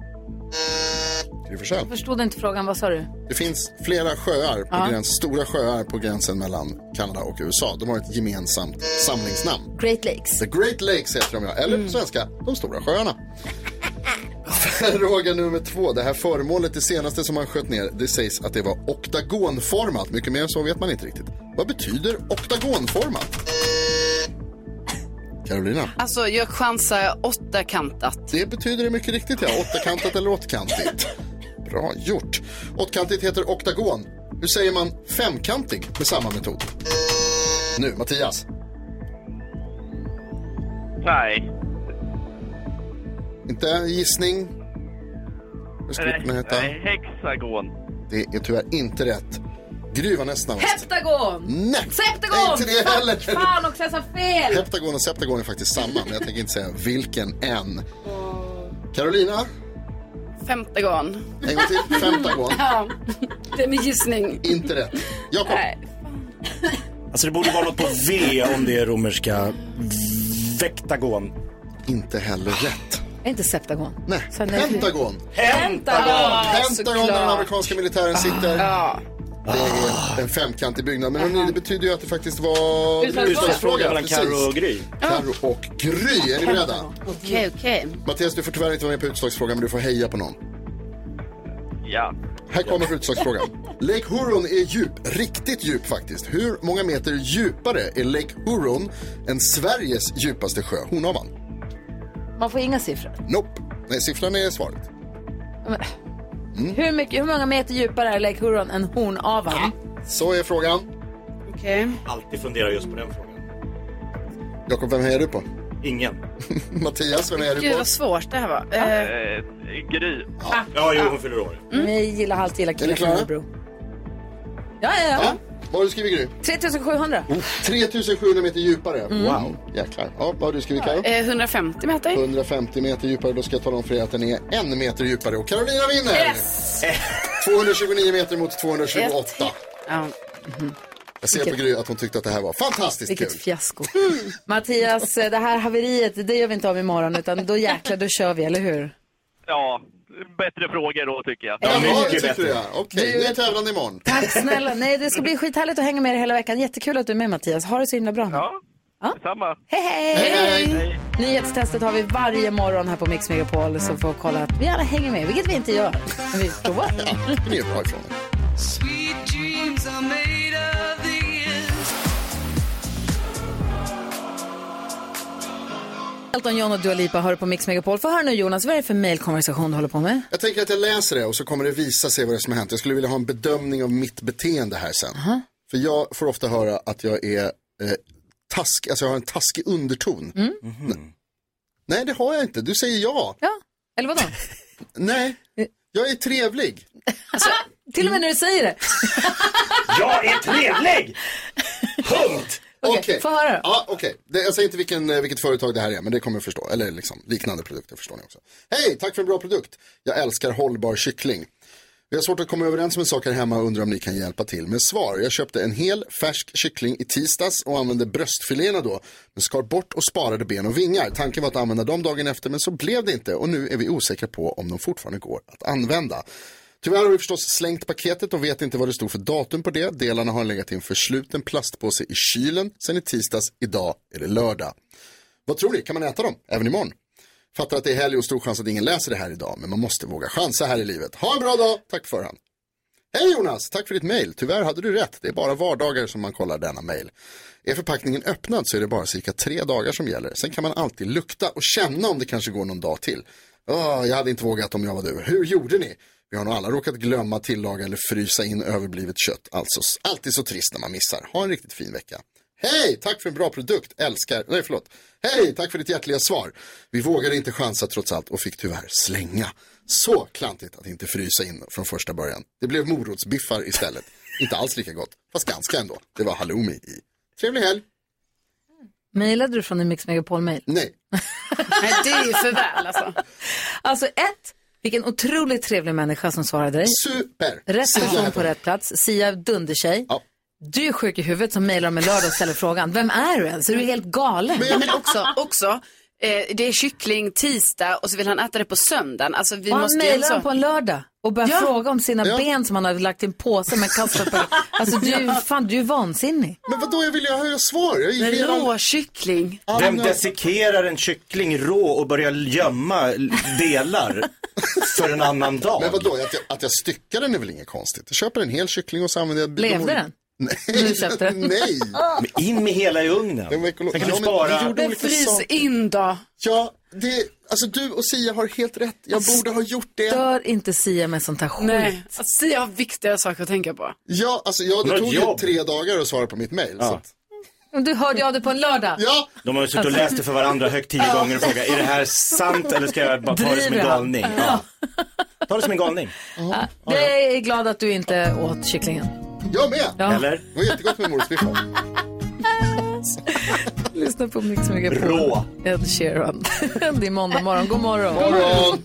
Jag förstod inte frågan, vad sa du? Det finns flera sjöar på Ja. gräns, stora sjöar på gränsen mellan Kanada och U S A. De har ett gemensamt samlingsnamn. Great Lakes. The Great Lakes heter de, ja. Eller Mm. på svenska, de stora sjöarna. Fråga nummer två. Det här föremålet, det senaste som man sköt ner, det sägs att det var oktagonformat. Mycket mer än så vet man inte riktigt. Vad betyder oktagonformat? Carolina? Alltså, jag chansar åttakantat. Det betyder det mycket riktigt, ja. Åttakantat eller åttkantigt. Bra gjort. Åttkantigt heter oktagon. Hur säger man femkantig med samma metod? Nu, Mattias. Nej. Inte gissning? Hur skulle det kunna heta? Nej, hexagon. Det är tyvärr inte rätt. Gry var nästan vast. Heptagon! Nej, Septagon! inte det heller. Fan också, jag sa fel! Heptagon och septagon är faktiskt samma, men jag tänker inte säga vilken än. Carolina? Femtagon. En gång till, femtagon. Ja, det är min gissning. Inte rätt. Jakob? Nej. Alltså det borde vara något på V om det är romerska. Vektagon. Inte heller rätt. Är inte septagon? Nej, Sen är- pentagon. Pentagon! Pentagon där den amerikanska militären sitter. Ja. Det är en femkantig byggnad. Men hörni, det betyder ju att det faktiskt var Utslagsfråga. Utslagsfråga mellan Precis. Karo och Gry. Karo och Gry, är ni beredda? Okej, okej. Mattias, du får tyvärr inte vara med på utslagsfrågan, men du får heja på någon. Ja. Här kommer utslagsfrågan. Lake Huron är djup, riktigt djup faktiskt. Hur många meter djupare är Lake Huron än Sveriges djupaste sjö, Hornavan? Man får inga siffror. Nope. Nej, siffran är svaret. Men, hur, mycket, hur många meter djupare är Lake Huron än Hornavan? Så är frågan. Okej. Alltid funderar just på den frågan. Jakob, vem hejar du på? Ingen. Mattias, vem hejar du Gud, på? vad svårt det här var. Eh, Eh, Gry. Ja, ja jo, hon fyller år. Mm. Vi gillar allt, gillar Är killar ni från klara? Örebro. Ja, ja, ja. Ja. Vad har du skrivit, Gry? tre tusen sjuhundra. tre tusen sjuhundra meter djupare. Mm. Wow, jäklar. Ja, vad har du skrivit, Karo? eh, hundrafemtio meter. hundrafemtio meter djupare, då ska jag tala om för er att den är en meter djupare. Och Carolina vinner! Yes! tvåhundratjugonio meter mot tvåhundratjugoåtta. Ja. Jag ser på Gry att hon tyckte att det här var fantastiskt Vilket kul. fiasko. Mattias, det här haveriet, det gör vi inte om imorgon, utan då jäklar, då kör vi, eller hur? Ja, bättre frågor då tycker jag. Ja, mycket det tycker bättre. jag. Okej, Du- ni är tävlande imorgon. Tack snälla. Nej, det ska bli skithärligt att hänga med dig hela veckan. Jättekul att du är med, Mattias. Ha det så himla bra nu. Ja, Ja. detsamma. Hej, hej! Hej, hej. Nyhetstestet har vi varje morgon här på Mix Megapol, så får kolla att vi alla hänger med, vilket vi inte gör. Men vi provar. Ni är bra ifrån er. Elton John och Dua Lipa hör på Mix Megapol. För hör nu, Jonas, vad är det för mejlkonversation du håller på med? Jag tänker att jag läser det och så kommer det visa sig vad det är som har hänt. Jag skulle vilja ha en bedömning av mitt beteende här sen. Uh-huh. För jag får ofta höra att jag är eh, task, alltså jag har en taskig underton. Mm. Mm. Nej, det har jag inte. Du säger ja. Ja, eller vadå? Nej, jag är trevlig. Alltså, till och med när du säger det. Jag är trevlig! Punkt! Okej, okay. Få höra. Ja, okej. Okay. Jag säger inte vilken, vilket företag det här är, men det kommer jag förstå. Eller liksom liknande produkter förstår ni också. Hej, tack för en bra produkt. Jag älskar hållbar kyckling. Vi har svårt att komma överens om en sak här hemma och undrar om ni kan hjälpa till med svar. Jag köpte en hel färsk kyckling i tisdags och använde bröstfiléerna då. Men skar bort och sparade ben och vingar. Tanken var att använda dem dagen efter, men så blev det inte. Och nu är vi osäkra på om de fortfarande går att använda. Tyvärr har vi förstås slängt paketet och vet inte vad det stod för datum på det. Delarna har legat i en försluten plastpåse i kylen. Sen i tisdags, idag är det lördag. Vad tror ni? Kan man äta dem? Även imorgon? Fattar att det är helg och stor chans att ingen läser det här idag. Men man måste våga chansa här i livet. Ha en bra dag! Tack för han. Hej Jonas! Tack för ditt mejl. Tyvärr hade du rätt. Det är bara vardagar som man kollar denna mejl. Är förpackningen öppnad så är det bara cirka tre dagar som gäller. Sen kan man alltid lukta och känna om det kanske går någon dag till. Oh, jag hade inte vågat om jag var du. Hur gjorde ni? Vi har nog alla råkat glömma, tillaga eller frysa in överblivet kött. Alltså alltid så trist när man missar. Ha en riktigt fin vecka. Hej, tack för en bra produkt. Älskar, nej förlåt. Hej, tack för ditt hjärtliga svar. Vi vågade inte chansa trots allt och fick tyvärr slänga. Så klantigt att inte frysa in från första början. Det blev morotsbiffar istället. Inte alls lika gott, fast ganska ändå. Det var halloumi i. Trevlig helg. Mailade du från en Mix Megapol-mail? Nej. Nej, det är ju för väl alltså. Alltså ett, vilken otroligt trevlig människa som svarade dig. Super. Rätt person på rätt plats. Sia Dundertjej. Ja. Du är sjuk i huvudet som mejlar om en lördag och ställer frågan. Vem är du ens? Är du helt galen? Men, men också, också eh, det är kyckling tisdag och så vill han äta det på söndagen. Alltså, vi och måste han mejlar alltså... på en lördag och börjar ja. fråga om sina ja. ben som han har lagt i en påse med kastat på. Alltså du, ja. fan, du är vansinnig. Men vadå, jag vill ju ha svar. Jag är redan... Rå kyckling. Vem desikerar en kyckling rå och börjar gömma delar för en annan dag? Men vadå, att jag, att jag styckar den är väl inget konstigt. Jag köper en hel kyckling och så använder jag... Levde den? Nej, nej. Men in med hela i ugnen. Sen kan du ja, spara. Men frys in då. Ja, det, alltså du och Sia har helt rätt. Jag alltså, borde ha gjort det. Stör inte Sia med sånt här skit. Nej, alltså, Sia har viktiga saker att tänka på. Ja, alltså ja, det tog ju tre dagar att svara på mitt mejl. Ja. Och du hörde av det på en lördag. Ja. De har ju suttit och läst det för varandra högt tio gånger och frågat, är det här sant eller ska jag bara ta det som en galning? Ja. Ta det som en galning. Ja. Jag är glad att du inte åt kycklingen. Jag med. Ja. Eller? Det var jättegott med morotsbiffar. Lyssna på Mix Megapol. Rå. Ed Sheeran. Det är måndag morgon. God morgon. Morgon.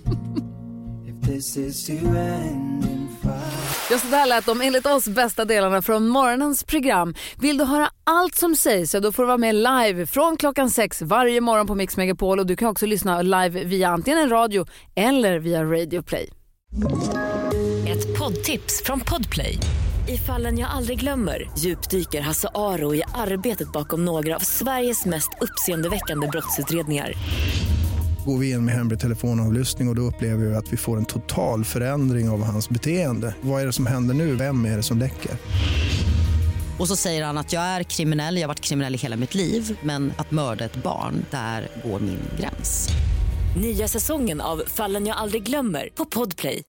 Ja, så där lät de enligt oss bästa delarna från morgonens program. Vill du höra allt som sägs så då får du vara med live från klockan sex varje morgon på Mix Megapol. Och du kan också lyssna live via antingen en radio eller via Radio Play. Ett poddtips från Podplay. I Fallen jag aldrig glömmer djupdyker Hasse Aro i arbetet bakom några av Sveriges mest uppseendeväckande brottsutredningar. Går vi in med hemlig telefonavlyssning och då upplever vi att vi får en total förändring av hans beteende. Vad är det som händer nu? Vem är det som läcker? Och så säger han att jag är kriminell, jag har varit kriminell i hela mitt liv. Men att mörda ett barn, där går min gräns. Nya säsongen av Fallen jag aldrig glömmer på Podplay.